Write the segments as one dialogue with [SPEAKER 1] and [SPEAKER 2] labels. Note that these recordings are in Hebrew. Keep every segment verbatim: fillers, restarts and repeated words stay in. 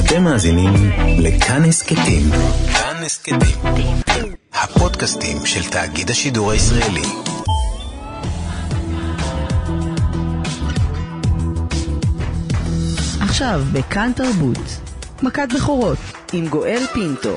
[SPEAKER 1] אתם מאזינים לכאן הסכתים. כאן הסכתים, הפודקאסטים של תאגיד השידור הישראלי.
[SPEAKER 2] עכשיו בכאן תרבות, מכת בכורות עם גואל פינטו.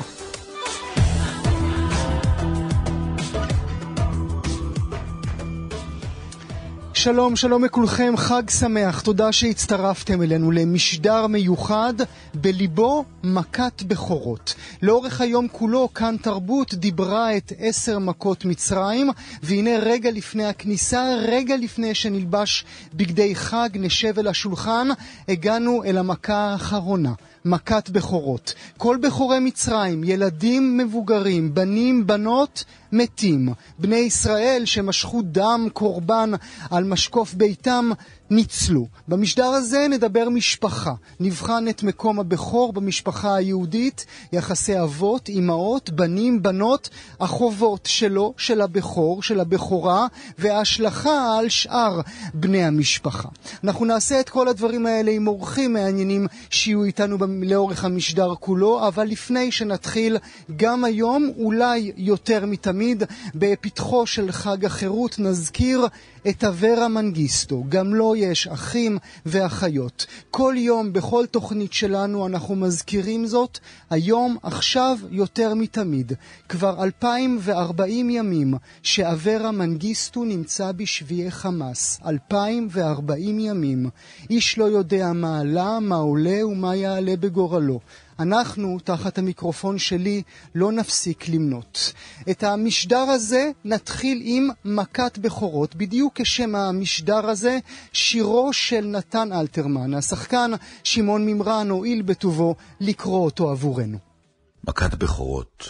[SPEAKER 3] שלום, שלום לכולכם, חג שמח, תודה שהצטרפתם אלינו למשדר מיוחד בליבו מכת בכורות. לאורך היום כולו כאן תרבות דיברה את עשר מכות מצרים, והנה רגע לפני הכניסה, רגע לפני שנלבש בגדי חג נשב אל השולחן, הגענו אל המכה האחרונה. מכת בכורות. כל בכורי מצרים, ילדים מבוגרים, בנים, בנות, מתים. בני ישראל שמשכו דם קורבן על משקוף ביתם ניצלו. במשדר הזה נדבר משפחה. נבחן את מקום הבכור במשפחה היהודית, יחסי אבות, אמהות, בנים, בנות, החובות שלו, של הבכור, של הבכורה, וההשלכה על שאר בני המשפחה. אנחנו נעשה את כל הדברים האלה עם אורחים מעניינים שיהיו איתנו לאורך המשדר כולו, אבל לפני שנתחיל, גם היום, אולי יותר מתמיד, בפתחו של חג החירות נזכיר את אברה מנגיסטו. גם לו יש אחים ואחיות. כל יום בכל תוכנית שלנו אנחנו מזכירים זאת. היום, עכשיו, יותר מתמיד. כבר אלפיים וארבעים ימים שאברה מנגיסטו נמצא בשביעי חמאס. אלפיים וארבעים ימים. איש לא יודע מה עלה, מה עולה ומה יעלה בגורלו. אנחנו, תחת המיקרופון שלי, לא נפסיק למנות. את המשדר הזה נתחיל עם מכת בכורות, בדיוק כשם המשדר הזה, שירו של נתן אלתרמן. השחקן שמעון מימרן הואיל בטובו לקרוא אותו עבורנו.
[SPEAKER 4] מכת בכורות.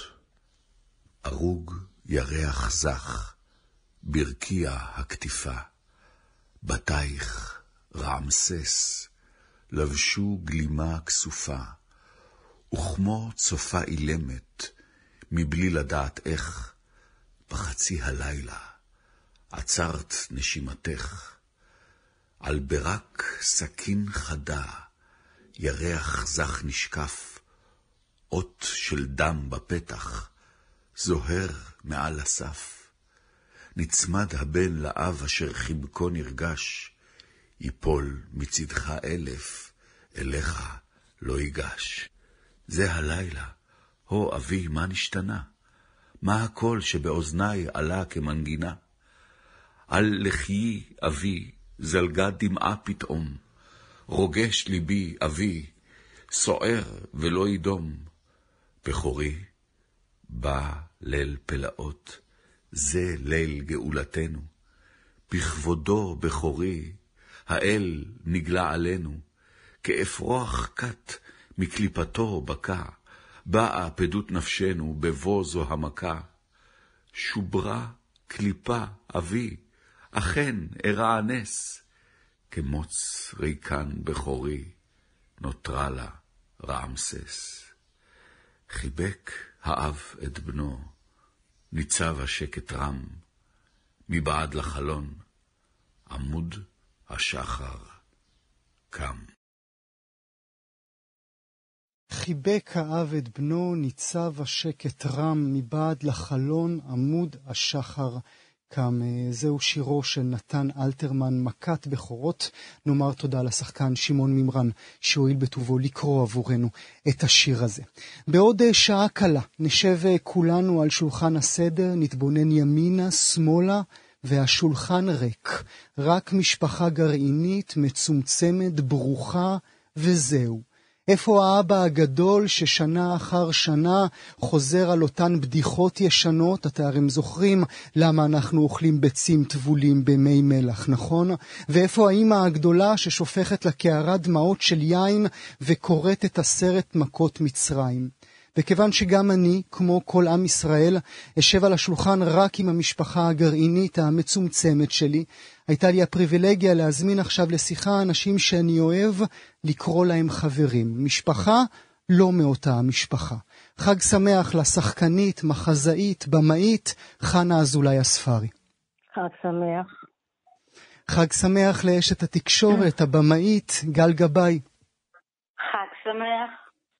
[SPEAKER 4] ארוג ירח זך, ברקיע הכתיפה, בתייך רעמסס, לבשו גלימה כסופה, וכמו צופה אילמת, מבלי לדעת איך, בחצי הלילה, עצרת נשימתך, על ברק סכין חדה, ירח זך נשקף, אות של דם בפתח, זוהר מעל הסף, נצמד הבן לאב אשר חיבקו נרגש, יפול מצדך אלף, אליך לא ייגש. זה הלילה, הו אבי, מה נשתנה? מה הקול שבאוזני עלה כמנגינה? על לחיי אבי, זלגה דמעה פתאום, רוגש ליבי אבי, סוער ולא ידום. בכורי, בא ליל פלאות, זה ליל גאולתנו. בכבודו בכורי, האל נגלה עלינו, כאפרוח קט, מקליפתו בקע, באה פדות נפשנו, בבוא זו המכה. שוברה קליפה אבי, אכן אירע הנס, כמוץ ריקן בכורי, נותרה לה רעמסס. חיבק האב את בנו, ניצב השקט רם, מבעד לחלון, עמוד השחר קם.
[SPEAKER 3] חיבק האב את בנו, ניצב השקט רם, מבעד לחלון, עמוד השחר קם. זהו שירו של נתן אלתרמן, מכת בכורות. נאמר תודה לשחקן שמעון מימרן שהואיל בטובו לקרוא עבורנו את השיר הזה. בעוד שעה קלה נשב כולנו על שולחן הסדר, נתבונן ימינה, שמאלה, והשולחן ריק. רק משפחה גרעינית, מצומצמת, ברוכה, וזהו. איפה האבא הגדול ששנה אחר שנה חוזר על אותן בדיחות ישנות? אתה הרי זוכרים למה אנחנו אוכלים ביצים טבולים במי מלח, נכון? ואיפה האמא הגדולה ששופכת לקערה דמעות של יין וקוראת את הסרט מכות מצרים? וכיוון שגם אני, כמו כל עם ישראל, אשב על השולחן רק עם המשפחה הגרעינית המצומצמת שלי, הייתה לי הפריבילגיה להזמין עכשיו לשיחה אנשים שאני אוהב, לקרוא להם חברים. משפחה לא מאותה המשפחה. חג שמח לשחקנית, מחזאית, במאית, חנה אזולאי הספרי.
[SPEAKER 5] חג שמח.
[SPEAKER 3] חג שמח לאשת התקשורת, הבמאית, גל גבאי.
[SPEAKER 5] חג שמח.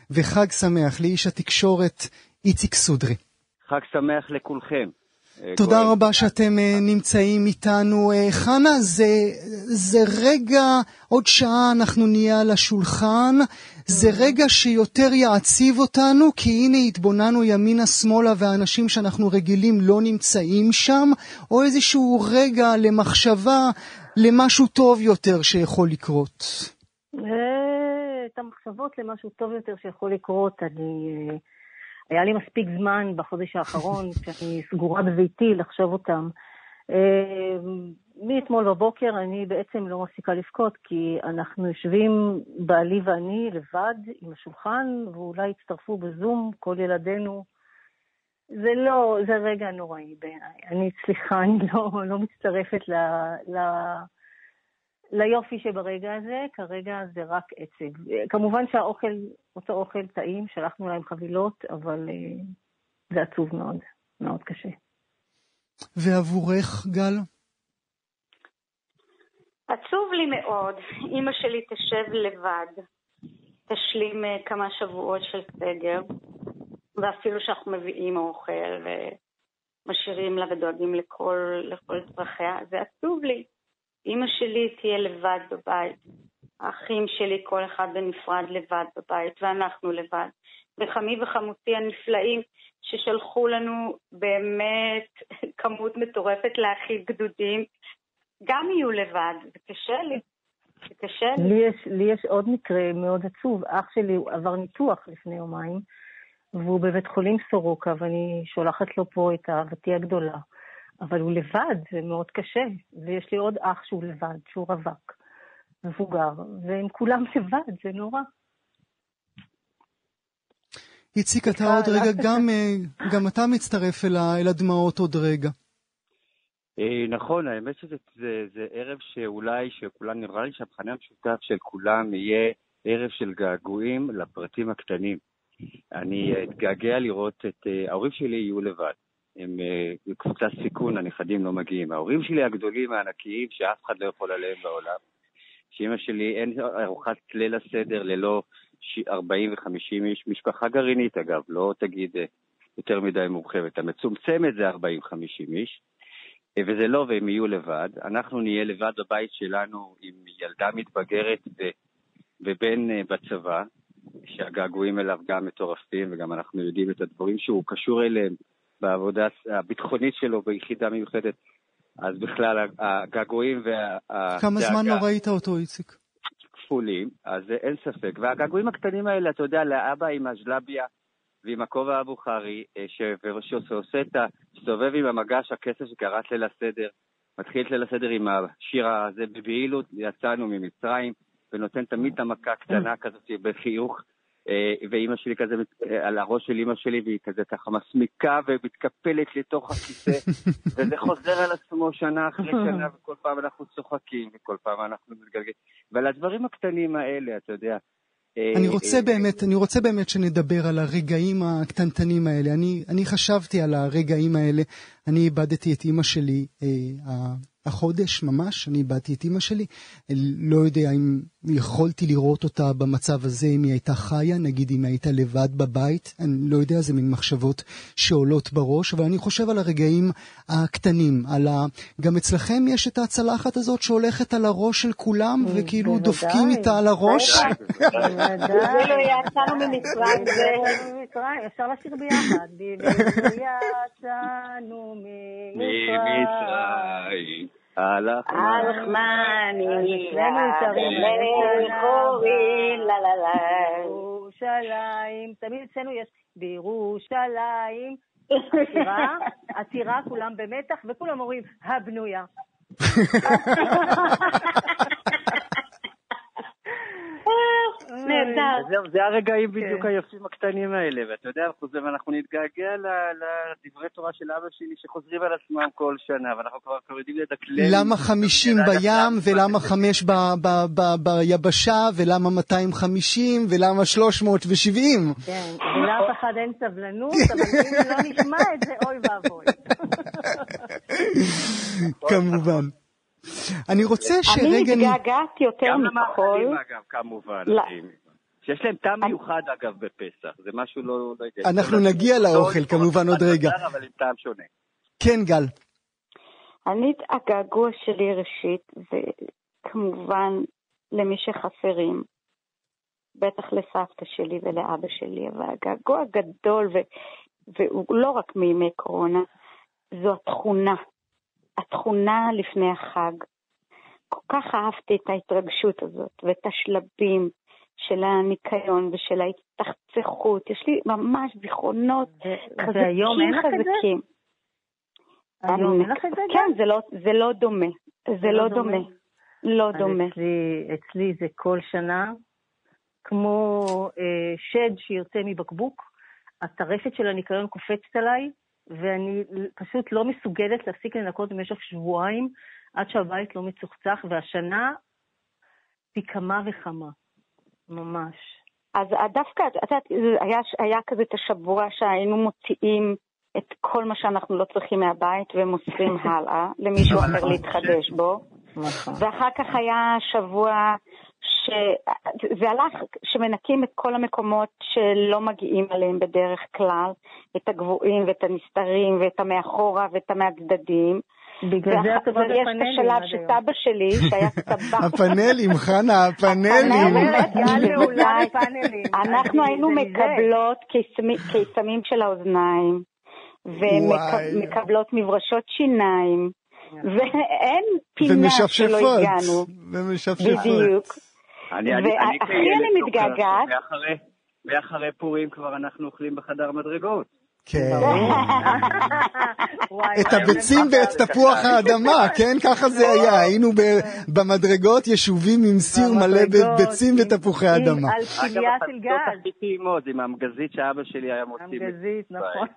[SPEAKER 3] וחג שמח לאיש התקשורת איציק סודרי.
[SPEAKER 6] חג שמח לכולכם.
[SPEAKER 3] תודה רבה שאתם נמצאים איתנו. חנה, זה, זה רגע, עוד שעה אנחנו נהיה על השולחן, זה רגע שיותר יעציב אותנו, כי הנה התבוננו ימינה שמאלה והאנשים שאנחנו רגילים לא נמצאים שם, או איזשהו רגע למחשבה למשהו טוב יותר שיכול לקרות.
[SPEAKER 5] את המחשבות למשהו טוב יותר שיכול לקרות, אני... היה לי מספיק זמן בחודש האחרון, כשאני סגורה בביתי, לחשוב אותם. מאתמול בבוקר אני בעצם לא מפסיקה לבכות, כי אנחנו יושבים, בעלי ואני, לבד, עם השולחן, ואולי הצטרפו בזום, כל ילדינו. זה לא, זה רגע נוראי בעיניי. אני, סליחה, אני לא, לא מצטרפת ל, ל, ליופי שברגע הזה, כרגע זה רק עצב. כמובן שהאוכל, אותו אוכל טעים, שלחנו להם חבילות, אבל זה עצוב מאוד, מאוד קשה.
[SPEAKER 3] ועבורך, גל?
[SPEAKER 7] עצוב לי מאוד. אמא שלי תשב לבד, תשלים כמה שבועות של סגר, ואפילו שאנחנו מביאים אוכל ומשאירים לה ודואגים לכל, לכל צרכיה, זה עצוב לי. אמא שלי תהיה לבד בבית, האחים שלי כל אחד בנפרד לבד בבית, ואנחנו לבד. וחמי וחמותי הנפלאים ששלחו לנו באמת כמות מטורפת להכיל גדודים, גם יהיו לבד. זה קשה לי. זה קשה לי.
[SPEAKER 5] לי יש, לי יש עוד מקרה מאוד עצוב. אח שלי עבר ניתוח לפני יומיים, והוא בבית חולים סורוקה, ואני שולחת לו פה את אהבתי הגדולה. אבל הוא לבד, זה מאוד קשה. ויש לי עוד אח שהוא לבד, שהוא רווק, מבוגר, והם כולם לבד, זה נורא.
[SPEAKER 3] איציק, אתה עוד רגע, גם, גם אתה מצטרף אל, אל הדמעות עוד רגע.
[SPEAKER 6] נכון, האמת שזה זה, זה ערב שאולי, שכולם נראה לי שהבחנה המשותף של כולם יהיה ערב של געגועים לפרטים הקטנים. אני אתגעגע לראות את ההורים שלי יהיו לבד. הם קבוצת סיכון, הנכדים לא מגיעים. ההורים שלי הגדולים, הענקיים, שאף אחד לא יכול עליהם בעולם. שאמא שלי אין ארוחת ליל הסדר ללא ארבעים וחמישים איש, משפחה גרעינית אגב, לא תגיד יותר מדי מורחבת. המצומצמת זה ארבעים וחמישים איש, וזה לא, והם יהיו לבד. אנחנו נהיה לבד בבית שלנו עם ילדה מתבגרת ובן בצבא, שהגעגועים אליו גם מטורפים, וגם אנחנו יודעים את הדברים שהוא קשור אליהם בעבודה הביטחונית שלו ביחידה מיוחדת. אז בכלל הגעגועים והדאגה...
[SPEAKER 3] כמה זמן לא ראית אותו, איציק?
[SPEAKER 6] כפולים, אז אין ספק. והגעגועים הקטנים האלה, אתה יודע, לאבא עם הז'לביה ועם הכובע הבוכרי, שעושה את הסובב עם המגש הכסף שקראת ליל הסדר, מתחיל ליל הסדר עם השיר הזה בבהילות, יצאנו ממצרים, ונותן תמיד את המכה קטנה כזאת בחיוך, ואימא שלי כזה על הראש של אימא שלי, והיא כזה ככה מסמיקה ומתקפלת לתוך הכיסא, וזה חוזר על עצמו שנה אחרי שנה, וכל פעם אנחנו צוחקים, וכל פעם אנחנו מתגלגלים. ועל הדברים הקטנים האלה, אתה יודע,
[SPEAKER 3] אני רוצה באמת, אני רוצה באמת שנדבר על הרגעים הקטנטנים האלה. אני, אני חשבתי על הרגעים האלה. אני איבדתי את אמא שלי, אה, החודש ממש, אני איבדתי את אמא שלי. לא יודע אם יכולתי לראות אותה במצב הזה, אם היא הייתה חיה, נגיד אם היא הייתה לבד בבית. אני לא יודע, זה מין מחשבות שעולות בראש, אבל אני חושב על הרגעים הקטנים, על ה... גם אצלכם יש את הצלחת הזאת שהולכת על הראש של כולם, וכאילו
[SPEAKER 5] בוודאי.
[SPEAKER 3] דופקים איתה על הראש.
[SPEAKER 7] זה לא יצאנו ממצרים, זה
[SPEAKER 5] ממצרים, אפשר לשיר ביחד. יצאנו
[SPEAKER 6] ממצרים. הלך
[SPEAKER 7] מני, לחורים, לה לה לה.
[SPEAKER 5] בירושלים, תמיד אצלנו יש בירושלים, עתירה, עתירה, כולם במתח, וכולם אומרים, הבנויה.
[SPEAKER 7] נהדר.
[SPEAKER 6] זה הרגעים בדיוק היפים הקטנים האלה, ואתה יודע, אנחנו נתגעגע לדברי תורה של אבא שלי שחוזרים על עצמם כל שנה, ואנחנו כבר יודעים לדקלם.
[SPEAKER 3] למה חמישים בים, ולמה חמש ביבשה, ולמה מאתיים וחמישים, ולמה שלוש מאות ושבעים?
[SPEAKER 5] כן, ולאף אחד אין סבלנות, אבל אם לא נשמע את זה, אוי ואבוי.
[SPEAKER 3] כמובן. אני רוצה שרגע...
[SPEAKER 7] אני מתגעגעת יותר מכל...
[SPEAKER 6] גם למאכלים, אגב, כמובן. שיש להם טעם מיוחד אגב בפסח, זה משהו לא...
[SPEAKER 3] אנחנו נגיע לאוכל כמובן עוד רגע.
[SPEAKER 6] אבל עם טעם שונה.
[SPEAKER 3] כן, גל.
[SPEAKER 7] אני, הגעגוע שלי ראשית, זה כמובן למי שחסרים, בטח לסבתא שלי ולאבא שלי, אבל הגעגוע גדול, ו, והוא לא רק מימי קורונה, זו התכונה, התכונה לפני החג. כל כך אהבתי את ההתרגשות הזאת, ואת השלבים של הניקיון ושל ההתחצחות. יש לי ממש זיכרונות חזקים חזקים.
[SPEAKER 5] היום אין לך את זה?
[SPEAKER 7] כן, זה לא, זה לא דומה. זה לא דומה. לא דומה.
[SPEAKER 5] אצלי, אצלי זה כל שנה, כמו אה, שד שירצה מבקבוק, הטרפת של הניקיון קופצת עליי, ואני פשוט לא מסוגלת להפסיק לנקות במשך שבועיים, עד שהבית לא מצוחצח, והשנה פי כמה וכמה. ממש.
[SPEAKER 7] אז דווקא, היה, היה כזה את השבוע שהיינו מוציאים את כל מה שאנחנו לא צריכים מהבית ומוסרים הלאה למישהו אחר להתחדש בו. ואחר כך היה שבוע שזה הלך, שמנקים את כל המקומות שלא מגיעים עליהם בדרך כלל, את הגבוהים ואת הנסתרים ואת המאחורה ואת המהצדדים.
[SPEAKER 5] בגלל זה את עובדת
[SPEAKER 7] הפאנלים. יש את השלב שסבא שלי, שהיה סבא.
[SPEAKER 3] הפאנלים, חנה, הפאנלים.
[SPEAKER 7] אנחנו היינו מקבלות קיסמים של האוזניים, ומקבלות מברשות שיניים, ואין פינה שלא הגענו.
[SPEAKER 3] ומשפשפות.
[SPEAKER 7] בדיוק. והכי אני מתגעגעת.
[SPEAKER 6] ואחרי פורים כבר אנחנו אוכלים בחדר מדרגות.
[SPEAKER 3] כן. את הביצים ואת תפוח האדמה, כן? ככה זה היה. היינו במדרגות ישובים עם סיר מלא בביצים ותפוחי אדמה.
[SPEAKER 5] על פתיליה של גז.
[SPEAKER 6] עם המגזית שאבא שלי היה מוציא.
[SPEAKER 5] המגזית, נכון.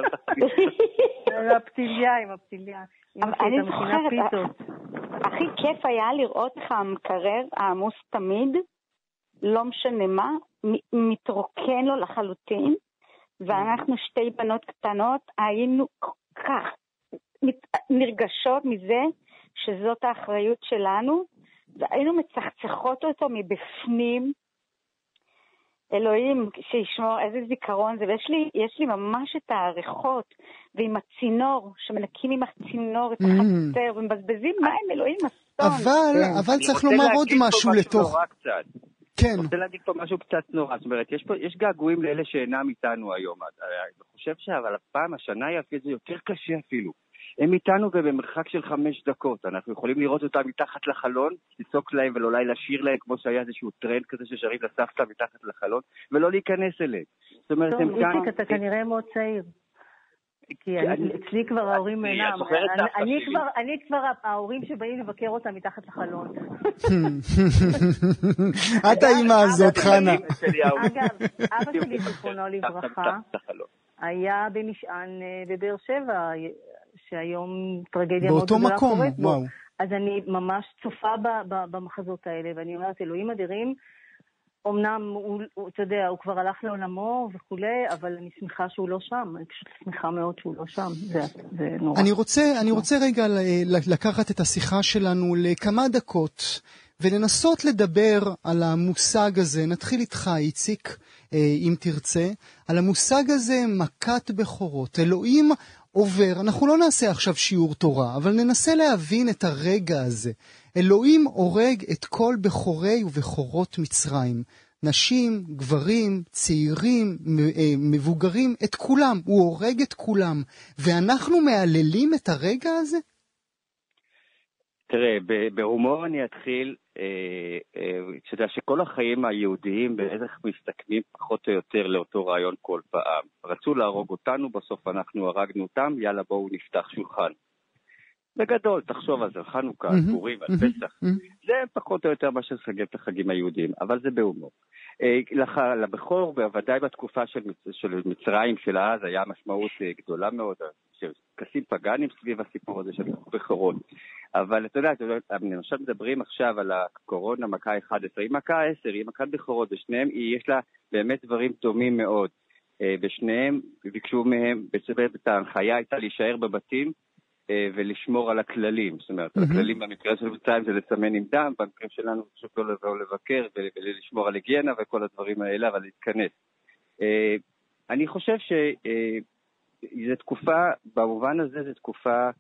[SPEAKER 5] הפתיליה, עם הפתיליה.
[SPEAKER 7] אני זוכרת, הכי כיף היה לראות איך המקרר העמוס תמיד, לא משנה מה, מתרוקן לו לחלוטין, ואנחנו שתי בנות קטנות היינו כל כך נרגשות מזה שזאת האחריות שלנו, והיינו מצחצחות אותו מבפנים. אלוהים שישמור איזה זיכרון זה, ויש לי, יש לי ממש את העריכות, ועם הצינור, שמנקים עם הצינור את החצר, ומבזבזים מים, אלוהים אסון.
[SPEAKER 3] אבל, אבל צריך לומר עוד משהו לתוך.
[SPEAKER 6] כן. אני רוצה להגיד פה משהו קצת נורא, זאת אומרת, יש, פה, יש געגועים לאלה שאינם איתנו היום. אני חושב שאבל הפעם, השנה היא אפילו יותר קשה אפילו. הם איתנו ובמרחק של חמש דקות. אנחנו יכולים לראות אותם מתחת לחלון, לצעוק להם ואולי לשיר להם, כמו שהיה איזשהו טרנד כזה ששרים לסבתא מתחת לחלון, ולא להיכנס אליהם. זאת אומרת,
[SPEAKER 5] טוב, איציק, כאן... אתה כנראה מאוד צעיר. כי אצלי כבר ההורים אינם. אני כבר ההורים שבאים לבקר אותם מתחת לחלון.
[SPEAKER 3] את האמא הזאת, חנה.
[SPEAKER 5] אגב, אבא שלי זיכרונו לברכה היה במשען בבאר שבע, שהיום טרגדיה מאוד גדולה קורית בו. אז אני ממש צופה במחזות האלה, ואני אומרת, אלוהים אדירים, אמנם הוא, אתה יודע, הוא כבר הלך לעולמו וכולי, אבל אני שמחה שהוא לא שם. אני פשוט שמחה מאוד שהוא לא שם. זה, זה נורא.
[SPEAKER 3] אני רוצה, אני רוצה רגע לקחת את השיחה שלנו לכמה דקות, ולנסות לדבר על המושג הזה. נתחיל איתך, איציק, אם תרצה, על המושג הזה, מכת בכורות. אלוהים עובר, אנחנו לא נעשה עכשיו שיעור תורה, אבל ננסה להבין את הרגע הזה. אלוהים הורג את כל בכורי ובכורות מצרים. נשים, גברים, צעירים, מבוגרים, את כולם. הוא הורג את כולם. ואנחנו מעללים את הרגע הזה?
[SPEAKER 6] תראה, בהומור אני אתחיל, אתה יודע שכל החיים היהודיים בערך מסתכמים פחות או יותר לאותו רעיון כל פעם. רצו להרוג אותנו, בסוף אנחנו הרגנו אותם, יאללה בואו נפתח שולחן. בגדול, תחשוב על זה, חנוכה, פורים, על פסח. זה פחות או יותר מה שסגל את החגים היהודיים, אבל זה בהומור. לבכור, בוודאי בתקופה של מצרים של אז, היה משמעות גדולה מאוד, כסים פגנים סביב הסיפור הזה של בכורות. אבל אתה יודע, למשל מדברים עכשיו על הקורונה, מכה אחת עשרה, היא מכה עשר, היא מכת בכורות, בשניהם יש לה באמת דברים דומים מאוד. בשניהם ביקשו מהם, את ההנחיה הייתה להישאר בבתים, ולשמור על הכללים. זאת אומרת, mm-hmm. הכללים במקרה של מצרים זה לסמן עם דם, במקרה שלנו פשוט לא לבוא לבקר ולשמור על היגיינה וכל הדברים האלה, אבל להתכנס. אני חושב שזו תקופה, במובן הזה זו תקופה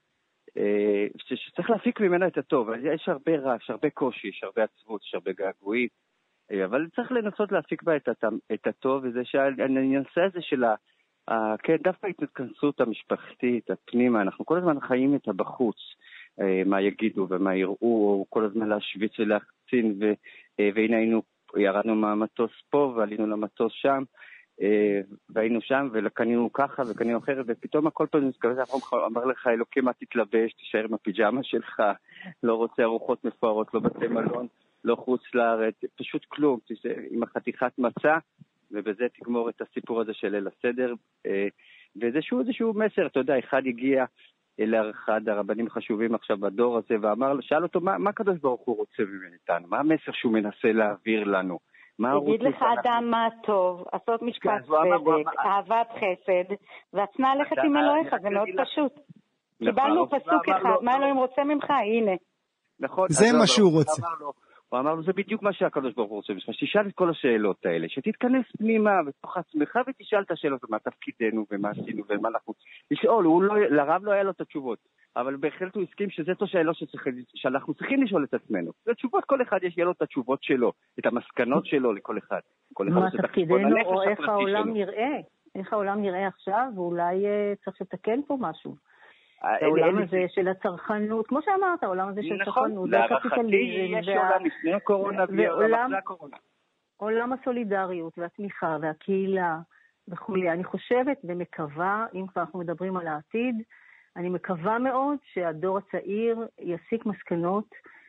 [SPEAKER 6] שצריך להפיק ממנה את הטוב. יש הרבה רעש, הרבה קושי, יש הרבה עצבות, יש הרבה געגועים, אבל צריך לנסות להפיק בה את הטוב, וזה שהנושא הזה של ה... כן, דווקא התכנסות המשפחתית, הפנימה, אנחנו כל הזמן חיים את הבחוץ, מה יגידו ומה יראו, או כל הזמן להשוויץ ולהחצין, והנה היינו, ירדנו מהמטוס פה ועלינו למטוס שם, והיינו שם וקנינו ככה וקנינו אחרת, ופתאום הכל פעם נזכר, אמר לך אלוקים מה תתלבש, תישאר עם הפיג'מה שלך, לא רוצה ארוחות מפוארות, לא בתי מלון, לא חוץ לארץ, פשוט כלום, עם החתיכת מצה, ובזה תגמור את הסיפור הזה של ליל הסדר, ואיזשהו איזשהו מסר, אתה יודע, אחד הגיע אל אחד הרבנים החשובים עכשיו בדור הזה, ואמר, שאל אותו, מה, מה הקדוש ברוך הוא רוצה ממנו? מה המסר שהוא מנסה להעביר לנו?
[SPEAKER 7] תגיד לך אדם מה טוב, לעשות משפט צדק, אהבת חסד, והצנע ללכת עם אלוהיך, זה מאוד פשוט. קיבלנו פסוק אחד, מה אלוהים רוצה ממך? הנה.
[SPEAKER 3] זה מה שהוא רוצה.
[SPEAKER 6] הוא אמר לו, זה בדיוק מה שהקדוש ברוך הוא רוצה, שתשאל את כל השאלות האלה, שתתכנס פנימה בתוך עצמך ותשאל את השאלות, מה תפקידנו ומה עשינו ומה אנחנו... לשאול, לרב לא היה לו את התשובות, אבל בהחלט הוא הסכים שזאת השאלות שאנחנו צריכים לשאול את עצמנו. זה תשובות, כל אחד יש לו את התשובות שלו, את המסקנות שלו לכל אחד.
[SPEAKER 5] מה תפקידנו או איך העולם נראה, איך העולם נראה עכשיו, ואולי צריך לתקן פה משהו. העולם הזה של הצרכנות, כמו שאמרת, העולם הזה של הצרכנות,
[SPEAKER 6] להערכתי יש עולם לפני הקורונה ועולם אחרי הקורונה.
[SPEAKER 5] עולם הסולידריות והתמיכה והקהילה וכו'. אני חושבת ומקווה, אם כבר אנחנו מדברים על העתיד, אני מקווה מאוד שהדור הצעיר יסיק מסקנות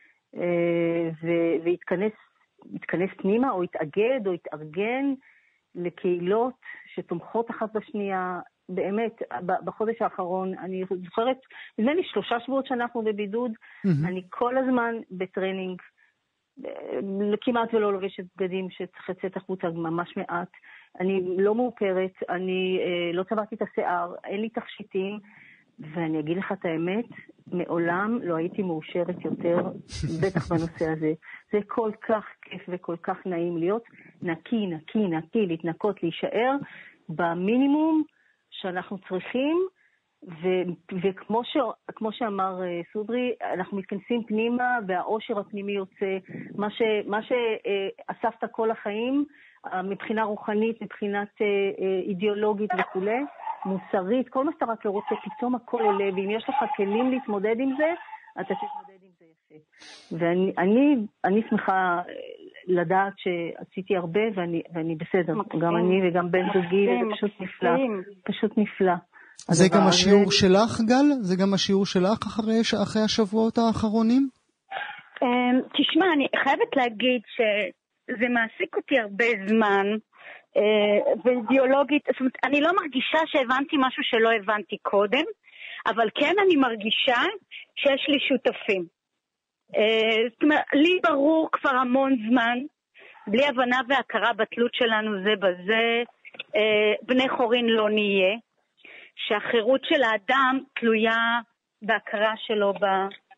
[SPEAKER 5] ויתכנס יתכנס פנימה או יתאגד או יתארגן לקהילות שתומכות אחת בשנייה. באמת, בחודש האחרון, אני זוכרת, נדמה לי שלושה שבועות שאנחנו בבידוד, mm-hmm. אני כל הזמן בטרנינג, כמעט ולא לובשת בגדים שצריך לצאת החוצה ממש מעט, אני לא מאופרת, אני אה, לא צבעתי את השיער, אין לי תכשיטים, ואני אגיד לך את האמת, מעולם לא הייתי מאושרת יותר, בטח בנושא הזה. זה כל כך כיף וכל כך נעים להיות נקי, נקי, נקי, להתנקות, להישאר במינימום, שאנחנו צריכים, ו- וכמו ש- כמו שאמר סודרי, אנחנו מתכנסים פנימה, והאושר הפנימי יוצא, מה ש- מה שאספת כל החיים, מבחינה רוחנית, מבחינת אידיאולוגית וכו', מוסרית, כל מה שאתה רק לא רוצה, פתאום הכל עולה, ואם יש לך כלים להתמודד עם זה, אתה תתמודד עם זה יפה. ואני אני, אני שמחה לדעת שעשיתי הרבה, ואני, ואני בסדר. מקסים. גם אני וגם בן זוגי, זה פשוט נפלא. פשוט נפלא.
[SPEAKER 3] זה גם השיעור שלך, גל? זה גם השיעור שלך אחרי, אחרי השבועות האחרונים?
[SPEAKER 7] תשמע, אני חייבת להגיד שזה מעסיק אותי הרבה זמן, ואידיאולוגית, זאת אומרת, אני לא מרגישה שהבנתי משהו שלא הבנתי קודם, אבל כן אני מרגישה שיש לי שותפים. זאת אומרת, לי ברור כבר המון זמן, בלי הבנה והכרה בתלות שלנו זה בזה, בני חורין לא נהיה, שהחירות של האדם תלויה בהכרה שלו, ב,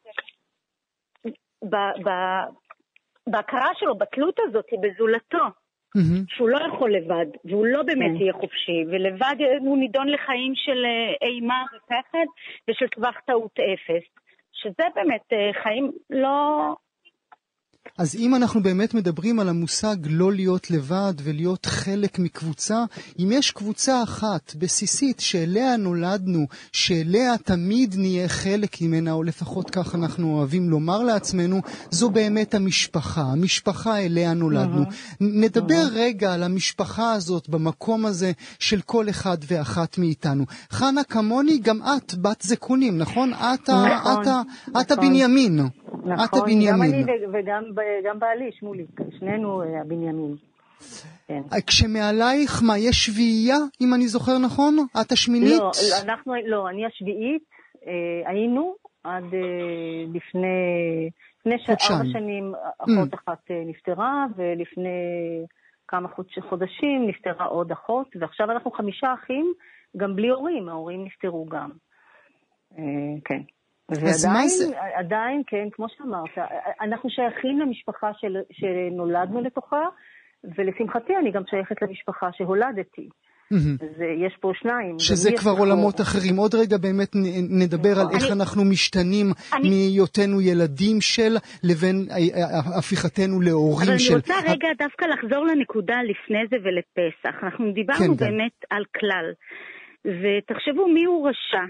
[SPEAKER 7] ב, ב, בהכרה שלו, בתלות הזאת, בזולתו, mm-hmm. שהוא לא יכול לבד, והוא לא באמת mm-hmm. יהיה חופשי, ולבד הוא נידון לחיים של אימה ופחד, ושל טווח טעות אפס, שזה באמת חיים לא...
[SPEAKER 3] אז אם אנחנו באמת מדברים על המושג לא להיות לבד ולהיות חלק מקבוצה, אם יש קבוצה אחת בסיסית שאליה נולדנו, שאליה תמיד נהיה חלק ממנה, או לפחות כך אנחנו אוהבים לומר לעצמנו, זו באמת המשפחה, המשפחה אליה נולדנו. Mm-hmm. נדבר mm-hmm. רגע על המשפחה הזאת במקום הזה של כל אחד ואחת מאיתנו. חנה כמוני, גם את בת זקונים, נכון? את, נכון, ה, את, נכון. את הבנימין.
[SPEAKER 5] נכון, גם אני וגם גם בעלי, שמולי, שנינו הבנימין. כן.
[SPEAKER 3] כשמעלייך, מה, יש שביעייה, אם אני זוכר נכון? את השמינית?
[SPEAKER 5] לא, אנחנו, לא, אני השביעית, אה, היינו עד אה, לפני, לפני ארבע שנים, אחות mm. אחת אה, נפטרה, ולפני כמה חודש, חודשים נפטרה עוד אחות, ועכשיו אנחנו חמישה אחים, גם בלי הורים, ההורים נפטרו גם. אה, כן. ועדיין, עדיין, כן, כמו שאמרת, אנחנו שייכים למשפחה של, שנולדנו לתוכה, ולשמחתי אני גם שייכת למשפחה שהולדתי. אז יש פה שניים.
[SPEAKER 3] שזה כבר עולמות אחרים. עוד רגע באמת נדבר על איך אנחנו משתנים מהיותנו ילדים של לבין הפיכתנו להורים של.
[SPEAKER 8] אבל אני רוצה רגע דווקא לחזור לנקודה לפני זה ולפסח. אנחנו דיברנו באמת על כלל. ותחשבו מי הוא רשע.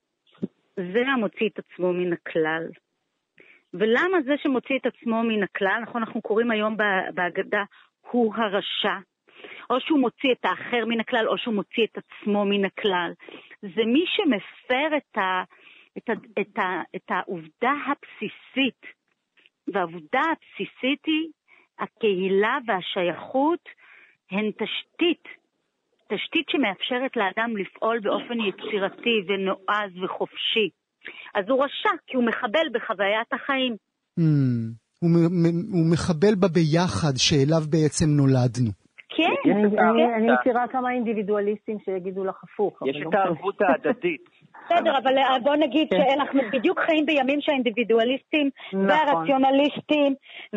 [SPEAKER 8] זה המוציא את עצמו מן הכלל. ולמה זה שמוציא את עצמו מן הכלל, נכון, אנחנו קוראים היום בהגדה, הוא הרשע. או שהוא מוציא את האחר מן הכלל, או שהוא מוציא את עצמו מן הכלל. זה מי שמפר את, ה, את, ה, את, ה, את העובדה הבסיסית. והעובדה הבסיסית היא, הקהילה והשייכות הן תשתית. תשתית שמאפשרת לאדם לפעול באופן יצירתי ונועז וחופשי. אז הוא רשע, כי הוא מחבל בחוויית החיים.
[SPEAKER 3] Mm, הוא, הוא מחבל בה ביחד שאליו בעצם נולדנו.
[SPEAKER 8] כן.
[SPEAKER 5] אני מכירה כמה אינדיבידואליסטים שיגידו לך הפוך.
[SPEAKER 6] יש את הערבות ההדדית.
[SPEAKER 8] בסדר, אבל בוא נגיד שאנחנו בדיוק חיים בימים שהאינדיבידואליסטים והרציונליסטים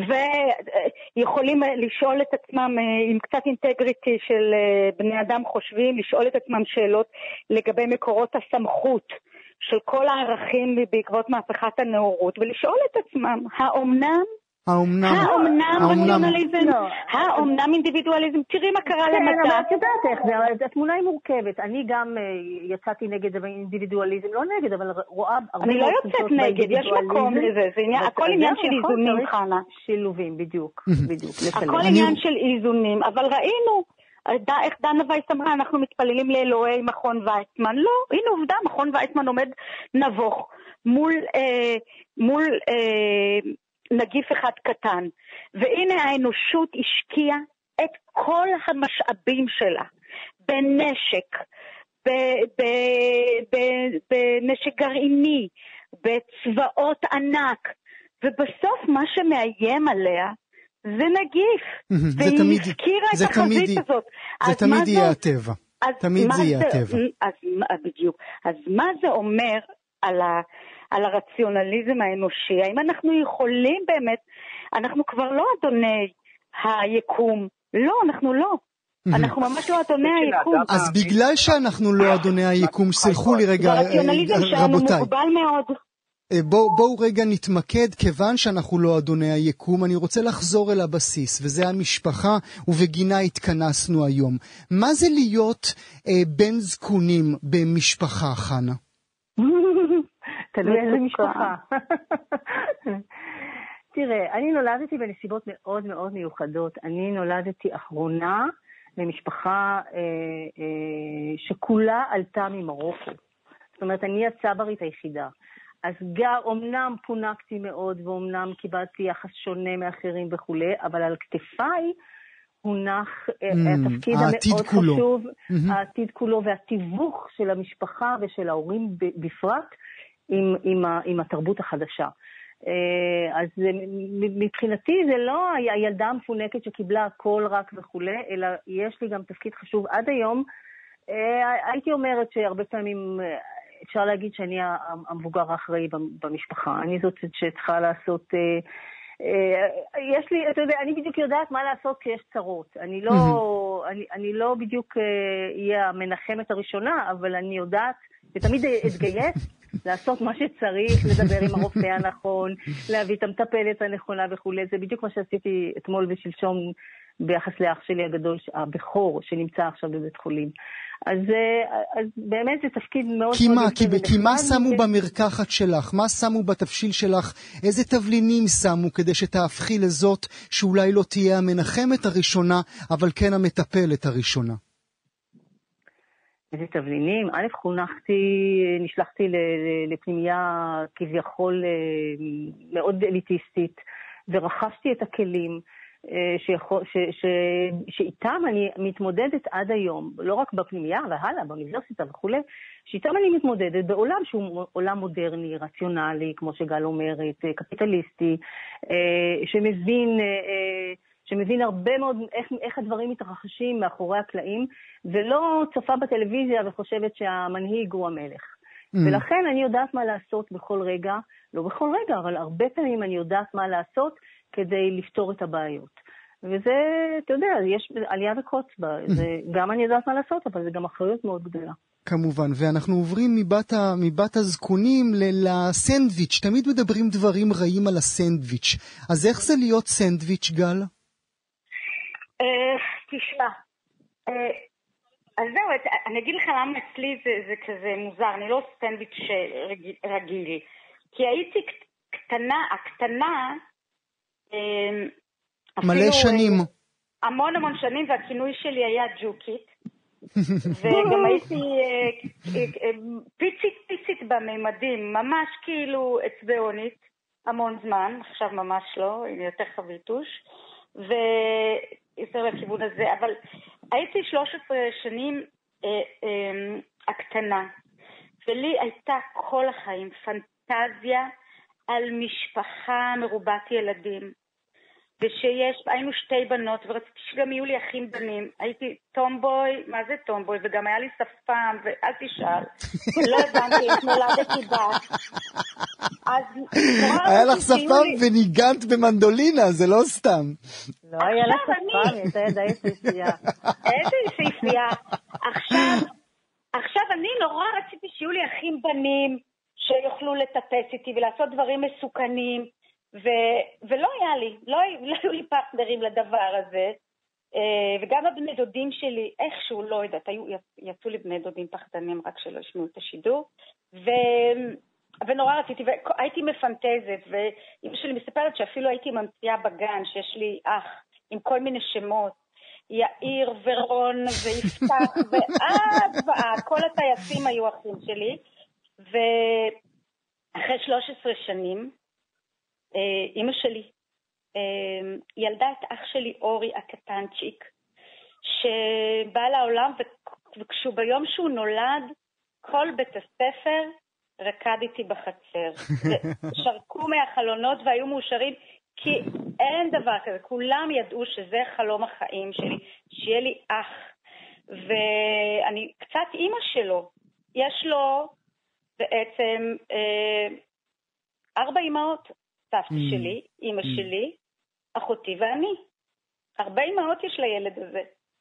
[SPEAKER 8] ויכולים לשאול את עצמם עם קצת אינטגריטי של בני אדם חושבים, לשאול את עצמם שאלות לגבי מקורות הסמכות של כל הערכים בעקבות מהפכת הנאורות, ולשאול את עצמם, האומנם
[SPEAKER 3] האומנם,
[SPEAKER 8] האומנם רציונליזם, האומנם אינדיבידואליזם, תראי מה קרה למדע.
[SPEAKER 5] אבל את יודעת איך, התמונה היא מורכבת. אני גם יצאתי נגד האינדיבידואליזם, לא נגד, אבל רואה...
[SPEAKER 8] אני לא יוצאת נגד, יש מקום לזה, הכל עניין של איזונים, חנה.
[SPEAKER 5] שילובים, בדיוק, בדיוק.
[SPEAKER 8] הכל עניין של איזונים, אבל ראינו, איך דנה וייס אמרה, אנחנו מתפללים לאלוהי מכון ויצמן, לא, הנה עובדה, מכון ויצמן עומד נבוך מול... מול נגיף אחד קטן, והנה האנושות השקיעה את כל המשאבים שלה, בנשק, בנשק גרעיני, בצבאות ענק, ובסוף מה שמאיים עליה זה נגיף, והיא הזכירה את החזית הזאת.
[SPEAKER 3] זה תמיד יהיה הטבע, תמיד זה יהיה הטבע.
[SPEAKER 8] בדיוק, אז מה זה אומר על ה... על הרציונליזם האנושי, האם אנחנו יכולים באמת, אנחנו כבר לא אדוני היקום, לא, אנחנו לא, אנחנו ממש לא אדוני היקום.
[SPEAKER 3] אז בגלל שאנחנו לא אדוני היקום, סלחו לי רגע, רבותיי.
[SPEAKER 8] הרציונליזם שלנו מוגבל מאוד.
[SPEAKER 3] בואו בוא רגע נתמקד, כיוון שאנחנו לא אדוני היקום, אני רוצה לחזור אל הבסיס, וזה המשפחה, ובגינה התכנסנו היום. מה זה להיות אה, בן זקונים במשפחה, חנה?
[SPEAKER 5] תלוי איזה משפחה. תראה, אני נולדתי בנסיבות מאוד מאוד מיוחדות. אני נולדתי אחרונה למשפחה אה, אה, שכולה עלתה ממרוקו. זאת אומרת, אני הצברית היחידה. אז גם, אומנם פונקתי מאוד, ואומנם קיבלתי יחס שונה מאחרים וכו', אבל על כתפיי הונח התפקיד המאוד חשוב, העתיד כולו והתיווך של המשפחה ושל ההורים בפרט, עם, עם, עם התרבות החדשה. אז מבחינתי זה לא הילדה המפונקת שקיבלה הכל רק וכו', אלא יש לי גם תפקיד חשוב עד היום. הייתי אומרת שהרבה פעמים אפשר להגיד שאני המבוגר האחראי במשפחה. אני זאת שצריכה לעשות... יש לי, אתה יודע, אני בדיוק יודעת מה לעשות כשיש צרות. אני לא, אני, אני לא בדיוק אהיה המנחמת הראשונה, אבל אני יודעת ותמיד אתגייס לעשות מה שצריך, לדבר עם הרופא הנכון, להביא את המטפלת הנכונה וכו'. זה בדיוק מה שעשיתי אתמול ושלשום ביחס לאח שלי הגדול, הבכור, שנמצא עכשיו בבית חולים. אז, אז באמת זה תפקיד מאוד...
[SPEAKER 3] כי מה, כי, כי מה שמו במרקחת שלך? מה שמו בתפשיל שלך? איזה תבלינים שמו כדי שתהפכי לזאת שאולי לא תהיה המנחמת הראשונה, אבל כן המטפלת הראשונה?
[SPEAKER 5] איזה תבלינים? א', חונכתי, נשלחתי לפנימייה כביכול מאוד אליטיסטית, ורכשתי את הכלים שיכול, ש, ש, שאיתם אני מתמודדת עד היום, לא רק בפנימייה, והלאה, באוניברסיטה וכו', שאיתם אני מתמודדת בעולם שהוא עולם מודרני, רציונלי, כמו שגל אומרת, קפיטליסטי, שמבין... שמבין הרבה מאוד איך, איך הדברים מתרחשים מאחורי הקלעים, ולא צופה בטלוויזיה וחושבת שהמנהיג הוא המלך. Mm. ולכן אני יודעת מה לעשות בכל רגע, לא בכל רגע, אבל הרבה פעמים אני יודעת מה לעשות כדי לפתור את הבעיות. וזה, אתה יודע, יש עלייה וקוץ בה. זה, גם אני יודעת מה לעשות, אבל זה גם אחריות מאוד גדולה.
[SPEAKER 3] כמובן, ואנחנו עוברים מבת, ה, מבת הזקונים לסנדוויץ'. תמיד מדברים דברים רעים על הסנדוויץ'. אז איך זה להיות סנדוויץ', גל?
[SPEAKER 7] תשמע, אז זהו, אני אגיד לך למה אצלי זה כזה מוזר, אני לא סנדוויץ' רגיל. כי הייתי קטנה, הקטנה,
[SPEAKER 3] מלא שנים.
[SPEAKER 7] המון המון שנים, והכינוי שלי היה ג'וקית. וגם הייתי פיצית פיצית בממדים, ממש כאילו אצבעונית, המון זמן, עכשיו ממש לא, הנה יותר חביטוש, ויותר לכיוון הזה, אבל הייתי שלוש עשרה שנים אה, אה, הקטנה, ולי הייתה כל החיים פנטזיה על משפחה מרובת ילדים, ושיש, היינו שתי בנות, ורציתי שגם יהיו לי אחים בנים. הייתי טומבוי, מה זה טומבוי? וגם היה לי שפם, ואל תשאל. לא הבנתי, נולדתי בת. אז
[SPEAKER 3] היה לך שפם וניגנת במנדולינה, זה לא סתם.
[SPEAKER 5] לא היה לך שפם, הייתה ידעה יפהפייה.
[SPEAKER 7] איזה יפהפייה. עכשיו אני נורא רציתי שיהיו לי אחים בנים, שיוכלו לטפס איתי ולעשות דברים מסוכנים. ו- ולא היה לי, לא, לא היו לי פרטנרים לדבר הזה, וגם הבני דודים שלי, איכשהו, לא יודעת, היו, יצאו לי בני דודים פחדנים רק שלא ישמעו את השידור, ו- ונורא רציתי, והייתי מפנטזת, ואמא שלי מספרת שאפילו הייתי ממציאה בגן, שיש לי אח עם כל מיני שמות, יאיר ורון ויפתח, ועד ועד, כל הטייסים היו אחים שלי, ואחרי שלוש עשרה שנים, אמא שלי ילדה את אח שלי אורי הקטנצ'יק, שבא לעולם, וכשהוא ביום שהוא נולד, כל בית הספר רקד איתי בחצר. שרקו מהחלונות והיו מאושרים, כי אין דבר כזה. כולם ידעו שזה חלום החיים שלי, שיהיה לי אח. ואני קצת אמא שלו. יש לו בעצם ארבע אמהות. סבתא mm. שלי, אמא mm. שלי, אחותי ואני. הרבה אמהות יש לילד הזה.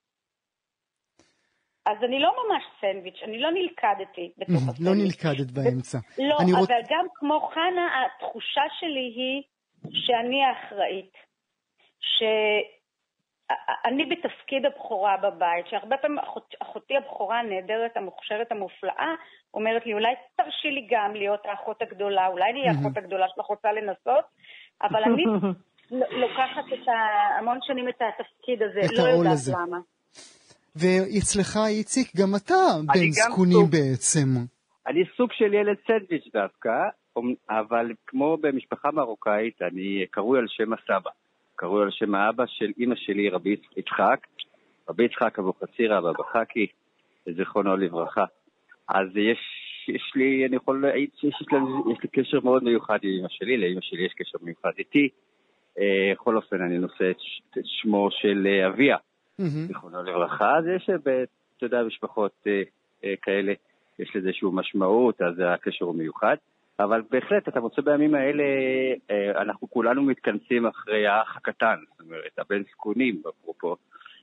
[SPEAKER 7] אז אני לא ממש סנדוויץ', אני לא נלכדתי בתוך mm. הסנדוויץ'.
[SPEAKER 3] לא נלכדת באמצע.
[SPEAKER 7] לא, אבל רוצ... גם כמו חנה, התחושה שלי היא שאני האחראית. שאני בתפקיד הבכורה בבית, שהרבה פעמים אחות, אחותי הבכורה הנהדרת, המוכשרת, המופלאה, אומרת לי, אולי תרשי לי גם להיות האחות הגדולה, אולי אני האחות הגדולה שלך רוצה לנסות, אבל אני לוקחת את המון שנים את התפקיד הזה, לא יודעת למה.
[SPEAKER 3] ואצלך, איציק, גם אתה בן זקונים בעצם.
[SPEAKER 6] אני סוג של ילד סנדוויץ' דווקא, אבל כמו במשפחה מרוקאית, אני קרוי על שם הסבא. קרוי על שם האבא של אמא שלי, רבי יצחק, רבי יצחק אבוחצירא, אבא בחקי, זיכרונו לברכה. אז יש, יש לי, אני יכול, יש, יש, לי, יש לי קשר מאוד מיוחד עם אמא שלי, לאמא שלי יש קשר מיוחד איתי. בכל אופן, אני נושא את, את שמו של אביה, זיכרונו לברכה. אז יש, אתה יודע, משפחות כאלה, יש לזה שהוא משמעות, אז הקשר הוא מיוחד. אבל בהחלט, אתה מוצא בימים האלה, אנחנו כולנו מתכנסים אחרי האח הקטן, זאת אומרת, הבן זקונים, אפרופו,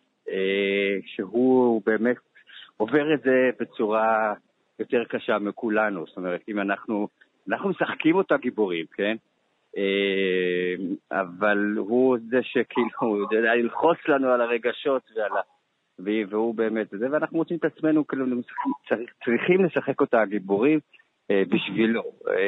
[SPEAKER 6] שהוא באמת עובר את זה בצורה יותר קשה מכולנו. זאת אומרת, אם אנחנו, אנחנו משחקים אותה גיבורים, כן? אבל הוא זה שכאילו, יודע, ילחוץ לנו על הרגשות ועל ה... והוא באמת זה, ואנחנו מוצאים את עצמנו, כאילו, צריכים לשחק אותה הגיבורים, בשבילו,